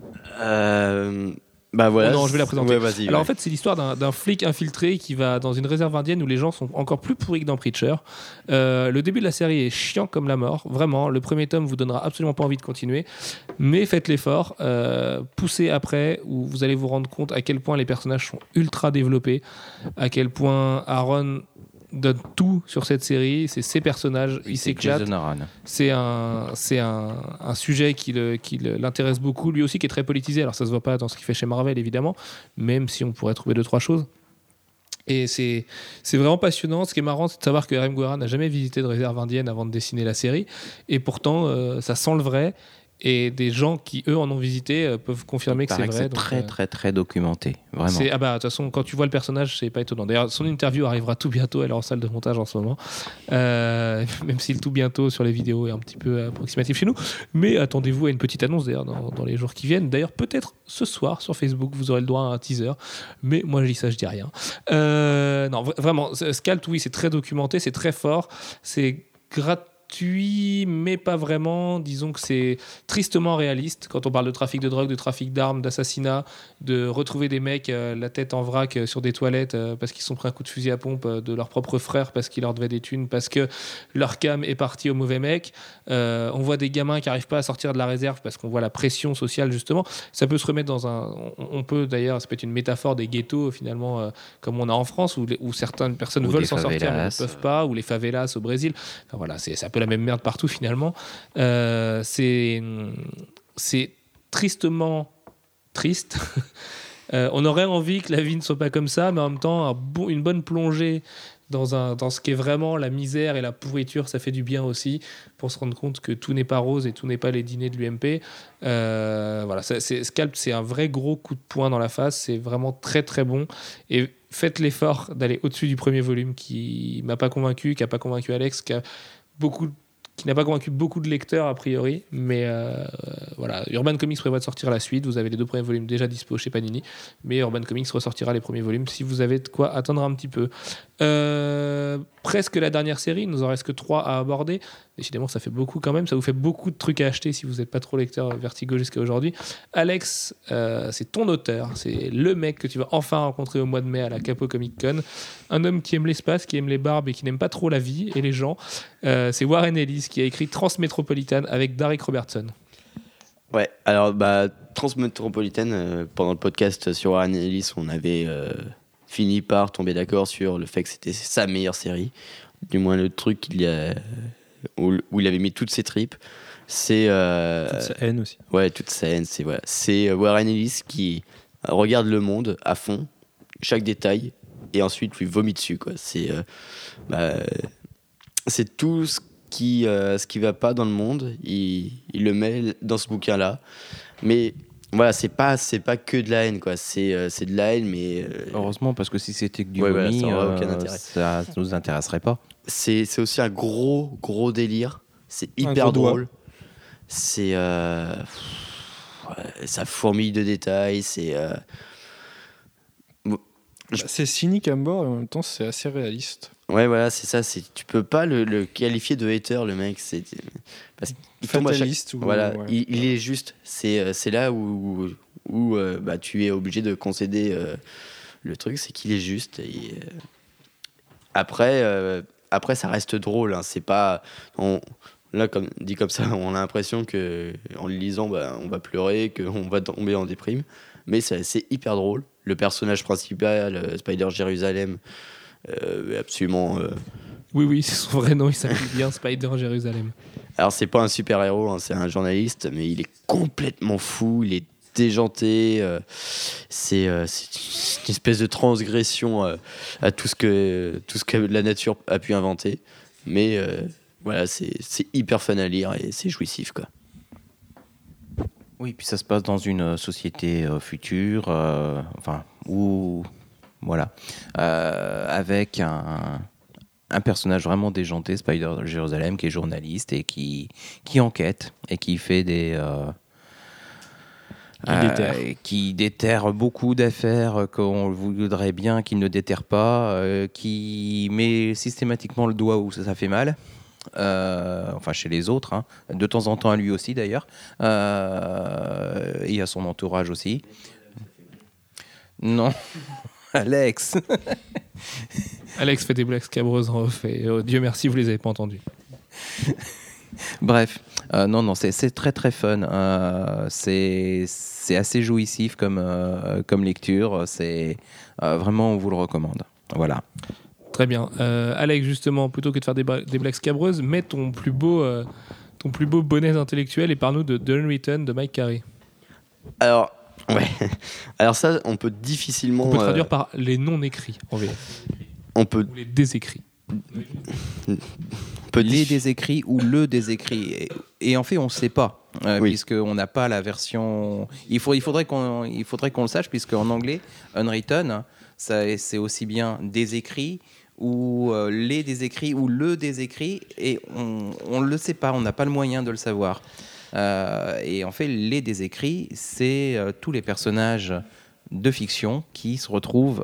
Bah voilà. Oh non, je vais la présenter. Ouais, vas-y, alors en fait, c'est l'histoire d'un flic infiltré qui va dans une réserve indienne où les gens sont encore plus pourris que dans Preacher. Le début de la série est chiant comme la mort, vraiment. Le premier tome vous donnera absolument pas envie de continuer, mais faites l'effort, poussez après, où vous allez vous rendre compte à quel point les personnages sont ultra développés, à quel point Aaron donne tout sur cette série, c'est ses personnages, il s'éclate. C'est un sujet qui l'intéresse beaucoup, lui aussi qui est très politisé, alors ça se voit pas dans ce qu'il fait chez Marvel évidemment, même si on pourrait trouver 2-3 choses. Et c'est vraiment passionnant. Ce qui est marrant, c'est de savoir que RM Guerra n'a jamais visité de réserve indienne avant de dessiner la série, et pourtant ça sent le vrai. Et des gens qui, eux, en ont visité peuvent confirmer que c'est vrai. C'est très, très, très documenté. Vraiment. Ah bah, de toute façon, quand tu vois le personnage, c'est pas étonnant. D'ailleurs, son interview arrivera tout bientôt. Elle est en salle de montage en ce moment. Même si le tout bientôt sur les vidéos est un petit peu approximatif chez nous. Mais attendez-vous à une petite annonce, d'ailleurs, dans les jours qui viennent. D'ailleurs, peut-être ce soir sur Facebook, vous aurez le droit à un teaser. Mais moi, je dis ça, je dis rien. Non, vraiment, Scalped, oui, c'est très documenté, c'est très fort. C'est gratuit, mais pas vraiment. Disons que c'est tristement réaliste quand on parle de trafic de drogue, de trafic d'armes, d'assassinat, de retrouver des mecs la tête en vrac sur des toilettes parce qu'ils sont pris un coup de fusil à pompe de leur propre frère parce qu'il leur devait des thunes, parce que leur cam est parti au mauvais mec. On voit des gamins qui n'arrivent pas à sortir de la réserve parce qu'on voit la pression sociale, justement. Ça peut se remettre dans un... On peut d'ailleurs, ça peut être une métaphore des ghettos finalement, comme on a en France, où certaines personnes veulent s'en sortir mais ne peuvent pas, ou les favelas au Brésil. Enfin voilà, c'est un peu la même merde partout finalement. C'est tristement triste. On aurait envie que la vie ne soit pas comme ça, mais en même temps, une bonne plongée dans ce qu'est vraiment la misère et la pourriture, ça fait du bien aussi, pour se rendre compte que tout n'est pas rose et tout n'est pas les dîners de l'UMP. Voilà, Scalped, c'est un vrai gros coup de poing dans la face, c'est vraiment très très bon, et faites l'effort d'aller au-dessus du premier volume qui m'a pas convaincu, qui a pas convaincu Alex, qui n'a pas convaincu beaucoup de lecteurs a priori, mais voilà, Urban Comics prévoit de sortir la suite. Vous avez les 2 premiers volumes déjà dispo chez Panini, mais Urban Comics ressortira les premiers volumes si vous avez de quoi attendre un petit peu. Presque la dernière série, il nous en reste que 3 à aborder. Décidément, ça fait beaucoup quand même, ça vous fait beaucoup de trucs à acheter si vous n'êtes pas trop lecteur Vertigo jusqu'à aujourd'hui. Alex, c'est ton auteur, c'est le mec que tu vas enfin rencontrer au mois de mai à la Capo Comic Con, un homme qui aime l'espace, qui aime les barbes et qui n'aime pas trop la vie et les gens. C'est Warren Ellis qui a écrit Transmétropolitane avec Derek Robertson. Ouais, alors Transmétropolitane, pendant le podcast sur Warren Ellis, on avait fini par tomber d'accord sur le fait que c'était sa meilleure série, du moins le truc où il avait mis toutes ses tripes. C'est toute sa haine aussi. Ouais, toute sa haine, c'est Warren Ellis qui regarde le monde à fond, chaque détail, et ensuite lui vomit dessus, quoi. C'est tout ce qui va pas dans le monde, il le met dans ce bouquin là, mais Voilà, c'est pas que de la haine, quoi. C'est de la haine, mais Heureusement, parce que si c'était que du Ouais, voilà, vomi, ça aurait aucun intérêt. ça nous intéresserait pas. c'est aussi un gros délire. C'est Un hyper gros doigt. drôle. C'est ça fourmille de détails. C'est cynique à mort et en même temps c'est assez réaliste. Ouais, voilà, c'est ça. Tu peux pas le qualifier de hater, le mec. Parce qu'il tombe à chaque. Fataliste ou Voilà, ouais. il est juste. C'est là où bah, tu es obligé de concéder le truc, c'est qu'il est juste. Et, après, ça reste drôle. Hein, c'est pas. Là, dit comme ça, on a l'impression que en le lisant, bah, on va pleurer, qu'on va tomber en déprime. Mais c'est hyper drôle. Le personnage principal, Spider Jérusalem, est absolument. Oui, c'est son vrai nom, il s'appelle bien Spider Jérusalem. Alors, c'est pas un super-héros, hein, c'est un journaliste, mais il est complètement fou, il est déjanté. C'est une espèce de transgression à tout ce que la nature a pu inventer. Mais voilà, c'est hyper fun à lire et c'est jouissif, quoi. Oui, puis ça se passe dans une société future, où, voilà, avec un personnage vraiment déjanté, Spider Jérusalem, qui est journaliste et qui enquête et qui fait qui déterre beaucoup d'affaires qu'on voudrait bien qu'il ne déterre pas, qui met systématiquement le doigt où ça fait mal. Chez les autres, hein. De temps en temps à lui aussi d'ailleurs, et à son entourage aussi. Non, Alex. Alex fait des blagues scabreuses en off et Dieu merci, vous les avez pas entendues. Bref, non, c'est très très fun. C'est assez jouissif comme lecture. C'est vraiment, on vous le recommande. Voilà. Très bien. Alex, justement, plutôt que de faire des blagues scabreuses, mets ton plus beau bonnet intellectuel et parle-nous de The Unwritten de Mike Carey. Alors, ouais. Alors ça, on peut difficilement. On peut traduire par les non écrits en VF. On peut. Ou les désécrits. Les désécrits ou le désécrit. Et en fait, on ne sait pas, puisqu'on n'a pas la version. Il faudrait qu'on le sache, puisqu'en anglais, Unwritten, c'est aussi bien désécrit ou les désécrits ou le désécrit, et on ne le sait pas, on n'a pas le moyen de le savoir. Et en fait, les désécrits, c'est tous les personnages de fiction qui se retrouvent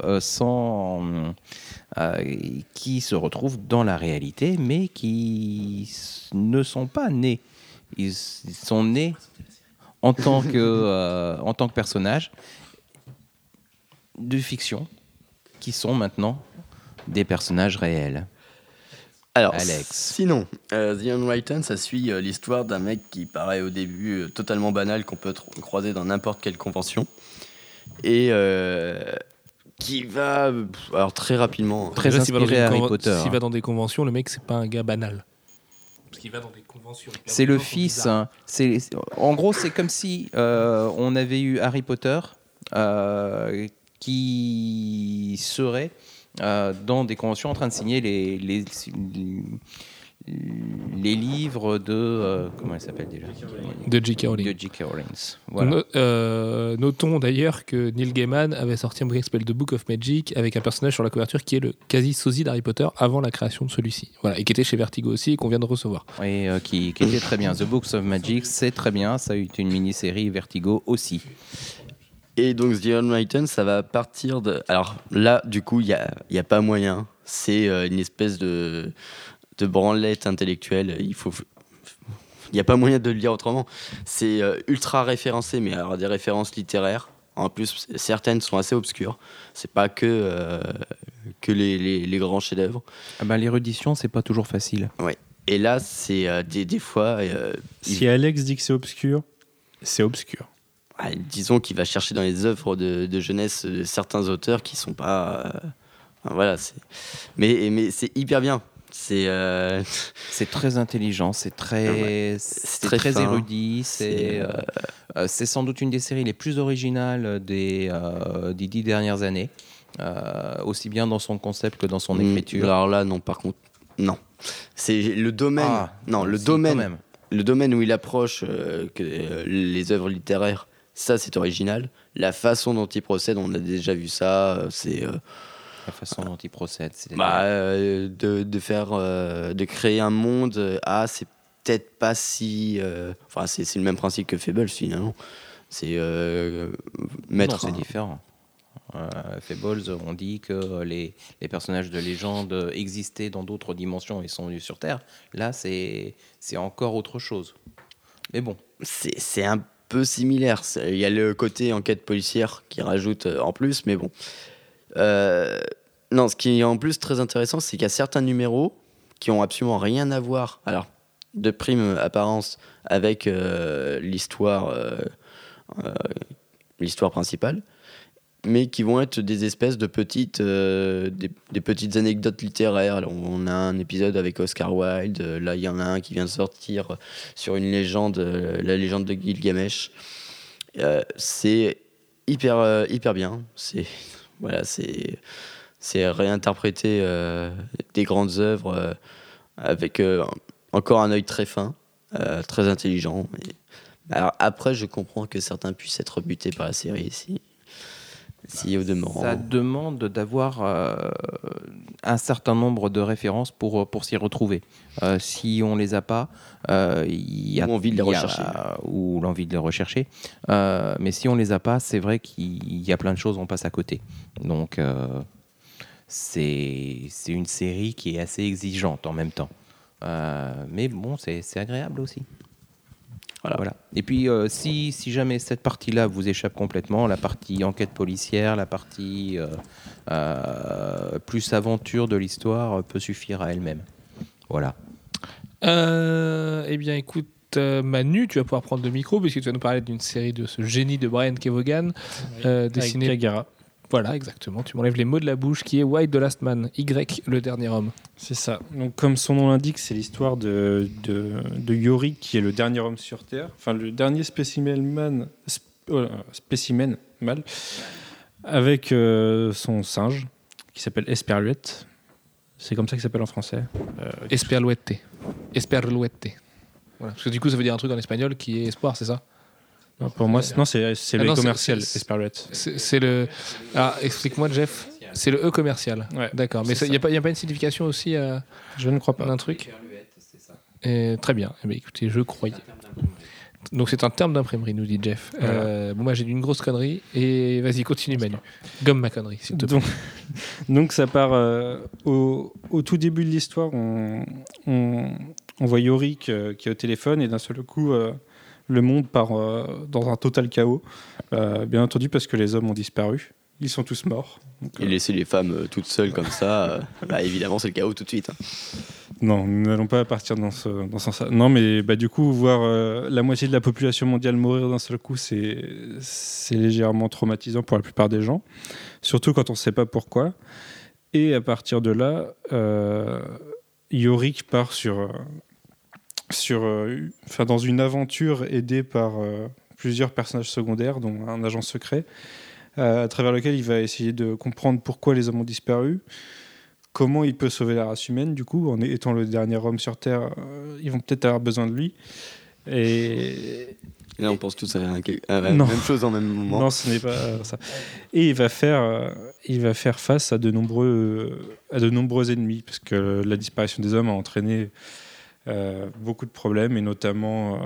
qui se retrouvent dans la réalité, mais qui ne sont pas nés. Ils sont nés en tant que personnages de fiction qui sont maintenant des personnages réels. Alors, Alex. Sinon, The Unwritten, ça suit l'histoire d'un mec qui paraît au début totalement banal, qu'on peut croiser dans n'importe quelle convention, et qui va, alors très rapidement... Très inspiré Harry Potter. S'il va dans des conventions, le mec, c'est pas un gars banal. Parce qu'il va dans des conventions. C'est le fils. Hein, en gros, c'est comme si on avait eu Harry Potter qui serait dans des conventions en train de signer les livres de... comment elle s'appelle déjà ? De J.K. Rowling. De J.K. Rowling. Voilà. Notons d'ailleurs que Neil Gaiman avait sorti un bouquin qui s'appelle The Book of Magic avec un personnage sur la couverture qui est le quasi-sosie d'Harry Potter avant la création de celui-ci. Voilà, et qui était chez Vertigo aussi et qu'on vient de recevoir. Et qui était très bien. The Books of Magic, c'est très bien. Ça a été une mini-série Vertigo aussi. Et donc The Unwritten, ça va partir de... Alors là, du coup, il y a pas moyen. C'est une espèce de branlette intellectuelle. Il n'y a pas moyen de le lire autrement. C'est ultra référencé, mais alors des références littéraires. En plus, certaines sont assez obscures. C'est pas que les grands chefs-d'œuvre. Ah bah, l'érudition, c'est pas toujours facile. Ouais. Et là, c'est des fois... Si Alex dit que c'est obscur, c'est obscur. Disons qu'il va chercher dans les œuvres de jeunesse de certains auteurs qui sont pas... voilà. Mais c'est hyper bien. C'est très intelligent, c'est très fin, érudit, c'est sans doute une des séries les plus originales des 10 dernières années, aussi bien dans son concept que dans son écriture. Alors là, non, par contre, non. C'est le domaine. Le domaine où il approche les œuvres littéraires, Ça, c'est original. La façon dont il procède, on a déjà vu ça. C'est La façon dont il procède, c'est de créer un monde. C'est peut-être pas si. Enfin, c'est le même principe que Fables finalement. C'est mettre. Non, c'est différent. Fables, on dit que les personnages de légende existaient dans d'autres dimensions et sont venus sur Terre. Là, c'est encore autre chose. Mais bon. C'est un peu similaire. Il y a le côté enquête policière qui rajoute en plus, mais bon. Non, ce qui est en plus très intéressant, c'est qu'il y a certains numéros qui ont absolument rien à voir, alors, de prime apparence, avec l'histoire principale, mais qui vont être des espèces de petites, des petites anecdotes littéraires. Alors, on a un épisode avec Oscar Wilde, là il y en a un qui vient de sortir sur une légende, la légende de Gilgamesh. C'est hyper bien. C'est réinterpréter des grandes œuvres avec encore un œil très fin, très intelligent. Alors après, je comprends que certains puissent être butés par la série si au demeurant. Ça demande d'avoir un certain nombre de références pour s'y retrouver. Si on les a pas, il y a envie de les rechercher. Ou l'envie de les rechercher. Mais si on les a pas, c'est vrai qu'il y a plein de choses, on passe à côté. Donc c'est une série qui est assez exigeante en même temps. Mais bon, c'est agréable aussi. Voilà. Et puis, si jamais cette partie-là vous échappe complètement, la partie enquête policière, la partie plus aventure de l'histoire peut suffire à elle-même. Voilà. Eh bien, écoute, Manu, tu vas pouvoir prendre le micro puisque tu vas nous parler d'une série de ce génie de Brian Kevogan, dessiné avec Kagara. Voilà, exactement. Tu m'enlèves les mots de la bouche, qui est White the Last Man, Y, le dernier homme. C'est ça. Donc, comme son nom l'indique, c'est l'histoire de Yorick, qui est le dernier homme sur Terre. Enfin, le dernier spécimen mâle, avec son singe, qui s'appelle Esperluette. C'est comme ça qu'il s'appelle en français. Esperluette. Esperluette. Voilà. Parce que du coup, ça veut dire un truc en espagnol qui est espoir, c'est ça? Non, pour moi, c'est le commercial, Esperluette. C'est le... Ah, explique-moi, Jeff. C'est le E commercial. Ouais, d'accord. Mais il n'y a pas une signification aussi Je ne crois pas. d'un truc très bien. Eh bien, écoutez, je croyais. Donc c'est un terme d'imprimerie, nous dit Jeff. Voilà. Moi, j'ai dit une grosse connerie. Et vas-y, continue, Manu. Gomme ma connerie, s'il te plaît. Donc ça part au tout début de l'histoire. On voit Yorick qui est au téléphone et d'un seul coup... le monde part dans un total chaos, bien entendu parce que les hommes ont disparu. Ils sont tous morts. Donc, Et laisser les femmes toutes seules comme ça, évidemment, c'est le chaos tout de suite. Non, nous n'allons pas partir dans ce sens-là. Non, mais du coup, voir la moitié de la population mondiale mourir d'un seul coup, c'est légèrement traumatisant pour la plupart des gens, surtout quand on ne sait pas pourquoi. Et à partir de là, Yorick part dans une aventure aidé par plusieurs personnages secondaires, dont un agent secret, à travers lequel il va essayer de comprendre pourquoi les hommes ont disparu, comment il peut sauver la race humaine, du coup, en étant le dernier homme sur Terre, ils vont peut-être avoir besoin de lui. Et là, on pense tous à la même chose en même moment. Non, ce n'est pas ça. Et il va faire face à de nombreux ennemis, parce que la disparition des hommes a entraîné beaucoup de problèmes, et notamment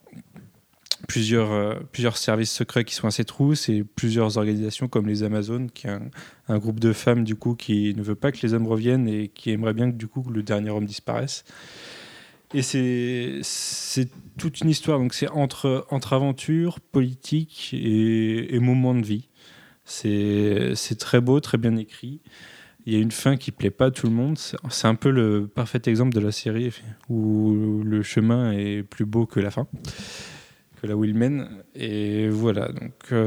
plusieurs services secrets qui sont à ses trousses, et plusieurs organisations comme les Amazones, qui est un groupe de femmes du coup qui ne veut pas que les hommes reviennent et qui aimerait bien que du coup le dernier homme disparaisse. Et c'est toute une histoire, donc c'est entre aventure, politique et moments de vie. C'est très beau, très bien écrit. Il y a une fin qui plaît pas à tout le monde. C'est un peu le parfait exemple de la série où le chemin est plus beau que la fin, que là où il mène. Et voilà, donc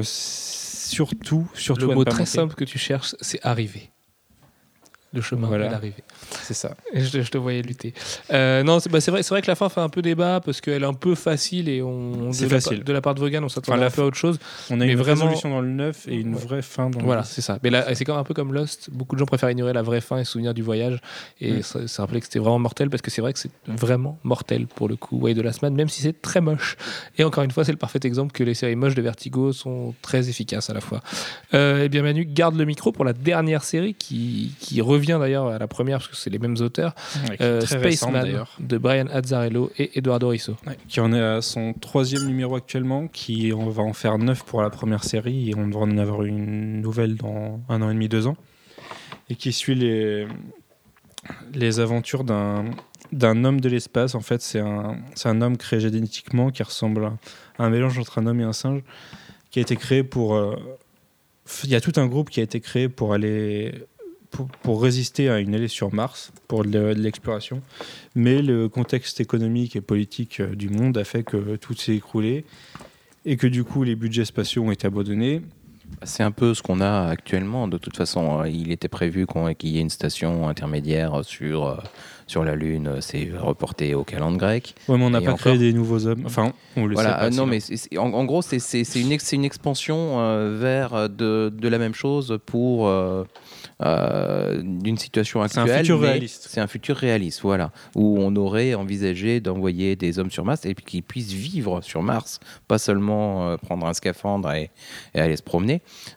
surtout le mot très simple que tu cherches, c'est arriver. Le chemin voilà. est l'arrivée. c'est ça. Et je te voyais lutter. Non, c'est vrai que la fin fait un peu débat parce qu'elle est un peu facile et C'est de la facile. de la part de Vaughan, on s'attendait Enfin, un peu à autre chose. On a Mais une vraiment- résolution dans le 9 et une Ouais. vraie fin dans le Voilà, 10. c'est ça. Mais là, c'est quand même un peu comme Lost. Beaucoup de gens préfèrent ignorer la vraie fin et se souvenir du voyage. Et ça rappelait que c'était vraiment mortel parce que c'est vrai que c'est vraiment mortel pour le coup, Way the Last Man, même si c'est très moche. Et encore une fois, c'est le parfait exemple que les séries moches de Vertigo sont très efficaces à la fois. Eh bien, Manu, garde le micro pour la dernière série qui revient d'ailleurs à la première parce que c'est les mêmes auteurs. Ouais, qui est très récente, Spaceman d'ailleurs. de Brian Azzarello et Eduardo Risso. Ouais, qui en est à son 3e numéro actuellement, on va en faire 9 pour la première série et on devrait en avoir une nouvelle dans 1 an et demi, 2 ans, et qui suit les aventures d'un homme de l'espace. En fait, c'est un homme créé génétiquement qui ressemble à un mélange entre un homme et un singe, qui a été créé pour... Il y a tout un groupe qui a été créé pour aller... Pour résister à une allée sur Mars, pour de l'exploration. Mais le contexte économique et politique du monde a fait que tout s'est écroulé et que du coup les budgets spatiaux ont été abandonnés. C'est un peu ce qu'on a actuellement. De toute façon, il était prévu qu'il y ait une station intermédiaire sur la Lune. C'est reporté au calendrier grec. Ouais, mais on n'a Et pas créé encore des nouveaux hommes. Enfin, on le sait Voilà, pas. non, sinon. mais en gros, c'est une expansion vers de la même chose pour d'une situation C'est un actuelle. futur mais réaliste. C'est un futur réaliste, voilà, où on aurait envisagé d'envoyer des hommes sur Mars et puis qu'ils puissent vivre sur Mars, pas seulement prendre un scaphandre et aller se promener.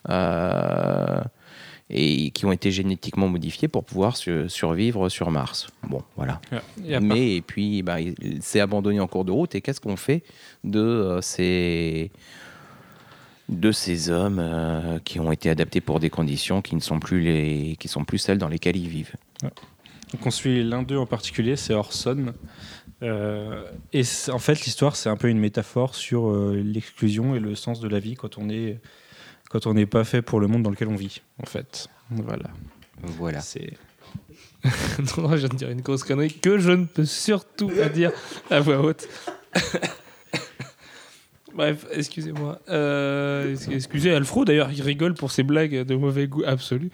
Et qui ont été génétiquement modifiés pour pouvoir survivre sur Mars. Bon, voilà. Et puis, c'est abandonné en cours de route. Et qu'est-ce qu'on fait de ces hommes qui ont été adaptés pour des conditions qui ne sont plus celles dans lesquelles ils vivent? Donc on suit l'un d'eux en particulier, c'est Orson. Et en fait, l'histoire, c'est un peu une métaphore sur l'exclusion et le sens de la vie quand on n'est pas fait pour le monde dans lequel on vit, en fait. Voilà. C'est... Non, je viens de dire une grosse connerie que je ne peux surtout pas dire à voix haute. Bref, excusez-moi. Excusez Alfro, d'ailleurs, il rigole pour ses blagues de mauvais goût absolu.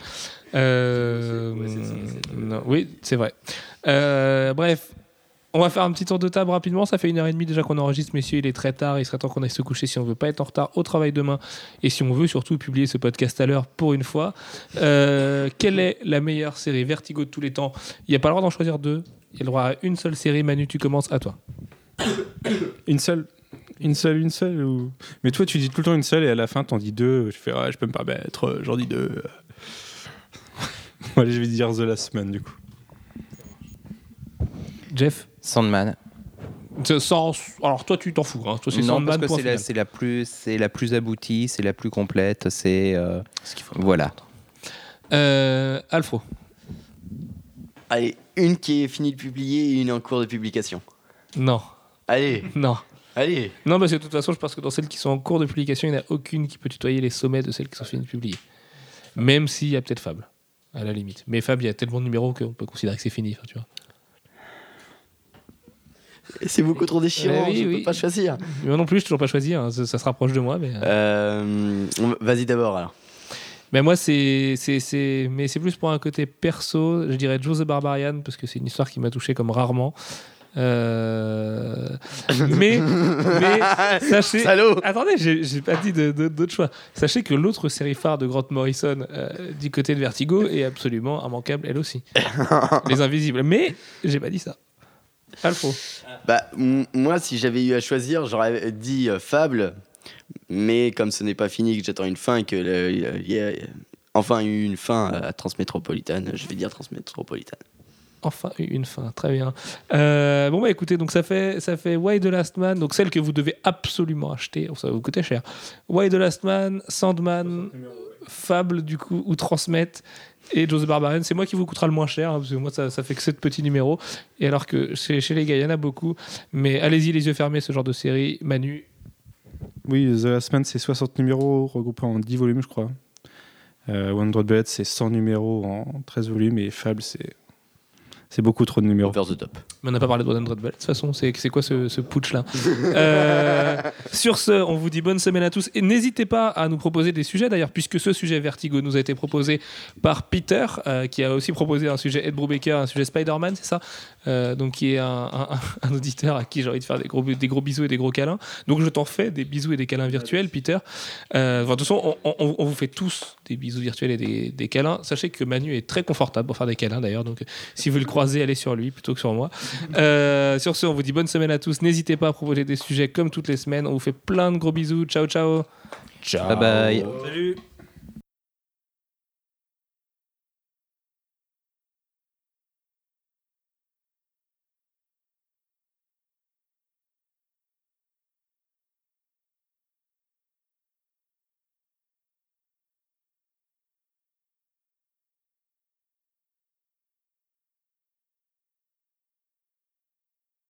Non, oui, c'est vrai. Bref, on va faire un petit tour de table rapidement. Ça fait 1h30 déjà qu'on enregistre, messieurs. Il est très tard. Il serait temps qu'on aille se coucher si on veut pas être en retard au travail demain et si on veut surtout publier ce podcast à l'heure pour une fois. Quelle est la meilleure série Vertigo de tous les temps? Il n'y a pas le droit d'en choisir deux. Il y a le droit à une seule série. Manu, tu commences, à toi. Une seule ou... Mais toi, tu dis tout le temps une seule et à la fin, t'en dis deux. Je fais, je peux me permettre, j'en dis deux. Allez, je vais dire The Last Man, du coup. Jeff? Sandman. Alors toi, tu t'en fous. Hein. Toi, c'est Non, Sandman. parce que c'est la plus aboutie, c'est la plus complète. C'est ce qu'il faut. Voilà. Alfro? Allez, une qui est finie de publier et une en cours de publication. Non. Allez, Non. allez. Non, parce que de toute façon, je pense que dans celles qui sont en cours de publication, il n'y en a aucune qui peut tutoyer les sommets de celles qui sont finies de publier. Même s'il y a peut-être Fable, à la limite. Mais Fable, il y a tellement de numéros qu'on peut considérer que c'est fini. Tu vois. C'est beaucoup trop déchirant, Oui, je oui. peux pas choisir. Moi non plus, je n'ai toujours pas choisi. Hein. Ça se rapproche de moi. Mais, Vas-y d'abord alors. mais moi, mais c'est plus pour un côté perso. Je dirais Joe the Barbarian, parce que c'est une histoire qui m'a touché comme rarement. Mais sachez... Salaud. Attendez, j'ai pas dit d'autre choix. Sachez que l'autre série phare de Grant Morrison du côté de Vertigo est absolument immanquable, elle aussi. Les Invisibles. Mais j'ai pas dit ça. Alfro. Moi, si j'avais eu à choisir, j'aurais dit Fable, mais comme ce n'est pas fini, que j'attends une fin et qu'il y a enfin une fin à Transmétropolitane, je vais dire Transmétropolitane. Enfin, une fin, très bien. Écoutez, donc ça fait Why the Last Man, donc celle que vous devez absolument acheter, ça va vous coûter cher. Why the Last Man, Sandman, Fable, du coup, ou Transmet, et Joe the Barbarian. C'est moi qui vous coûtera le moins cher, hein, parce que moi, ça fait que 7 petits numéros. Et alors que chez les gars, il y en a beaucoup. Mais allez-y, les yeux fermés, ce genre de série. Manu? Oui, The Last Man, c'est 60 numéros regroupés en 10 volumes, je crois. Wonder Bullet, c'est 100 numéros en 13 volumes. Et Fable, C'est beaucoup trop de numéros. Over the top. Mais on n'a pas parlé de Red Bell. De toute façon, c'est quoi ce putsch-là Sur ce, on vous dit bonne semaine à tous. Et n'hésitez pas à nous proposer des sujets, d'ailleurs, puisque ce sujet Vertigo nous a été proposé par Peter, qui a aussi proposé un sujet Ed Brubaker, un sujet Spider-Man, c'est ça donc qui est un auditeur à qui j'ai envie de faire des gros bisous et des gros câlins. Donc je t'en fais des bisous et des câlins virtuels, Peter. De toute façon, on vous fait tous des bisous virtuels et des câlins. Sachez que Manu est très confortable pour faire des câlins, d'ailleurs. Donc si vous le croisez, allez sur lui plutôt que sur moi. Sur ce, on vous dit bonne semaine à tous. N'hésitez pas à proposer des sujets comme toutes les semaines. On vous fait plein de gros bisous. Ciao, ciao. Ciao. Bye bye. Salut.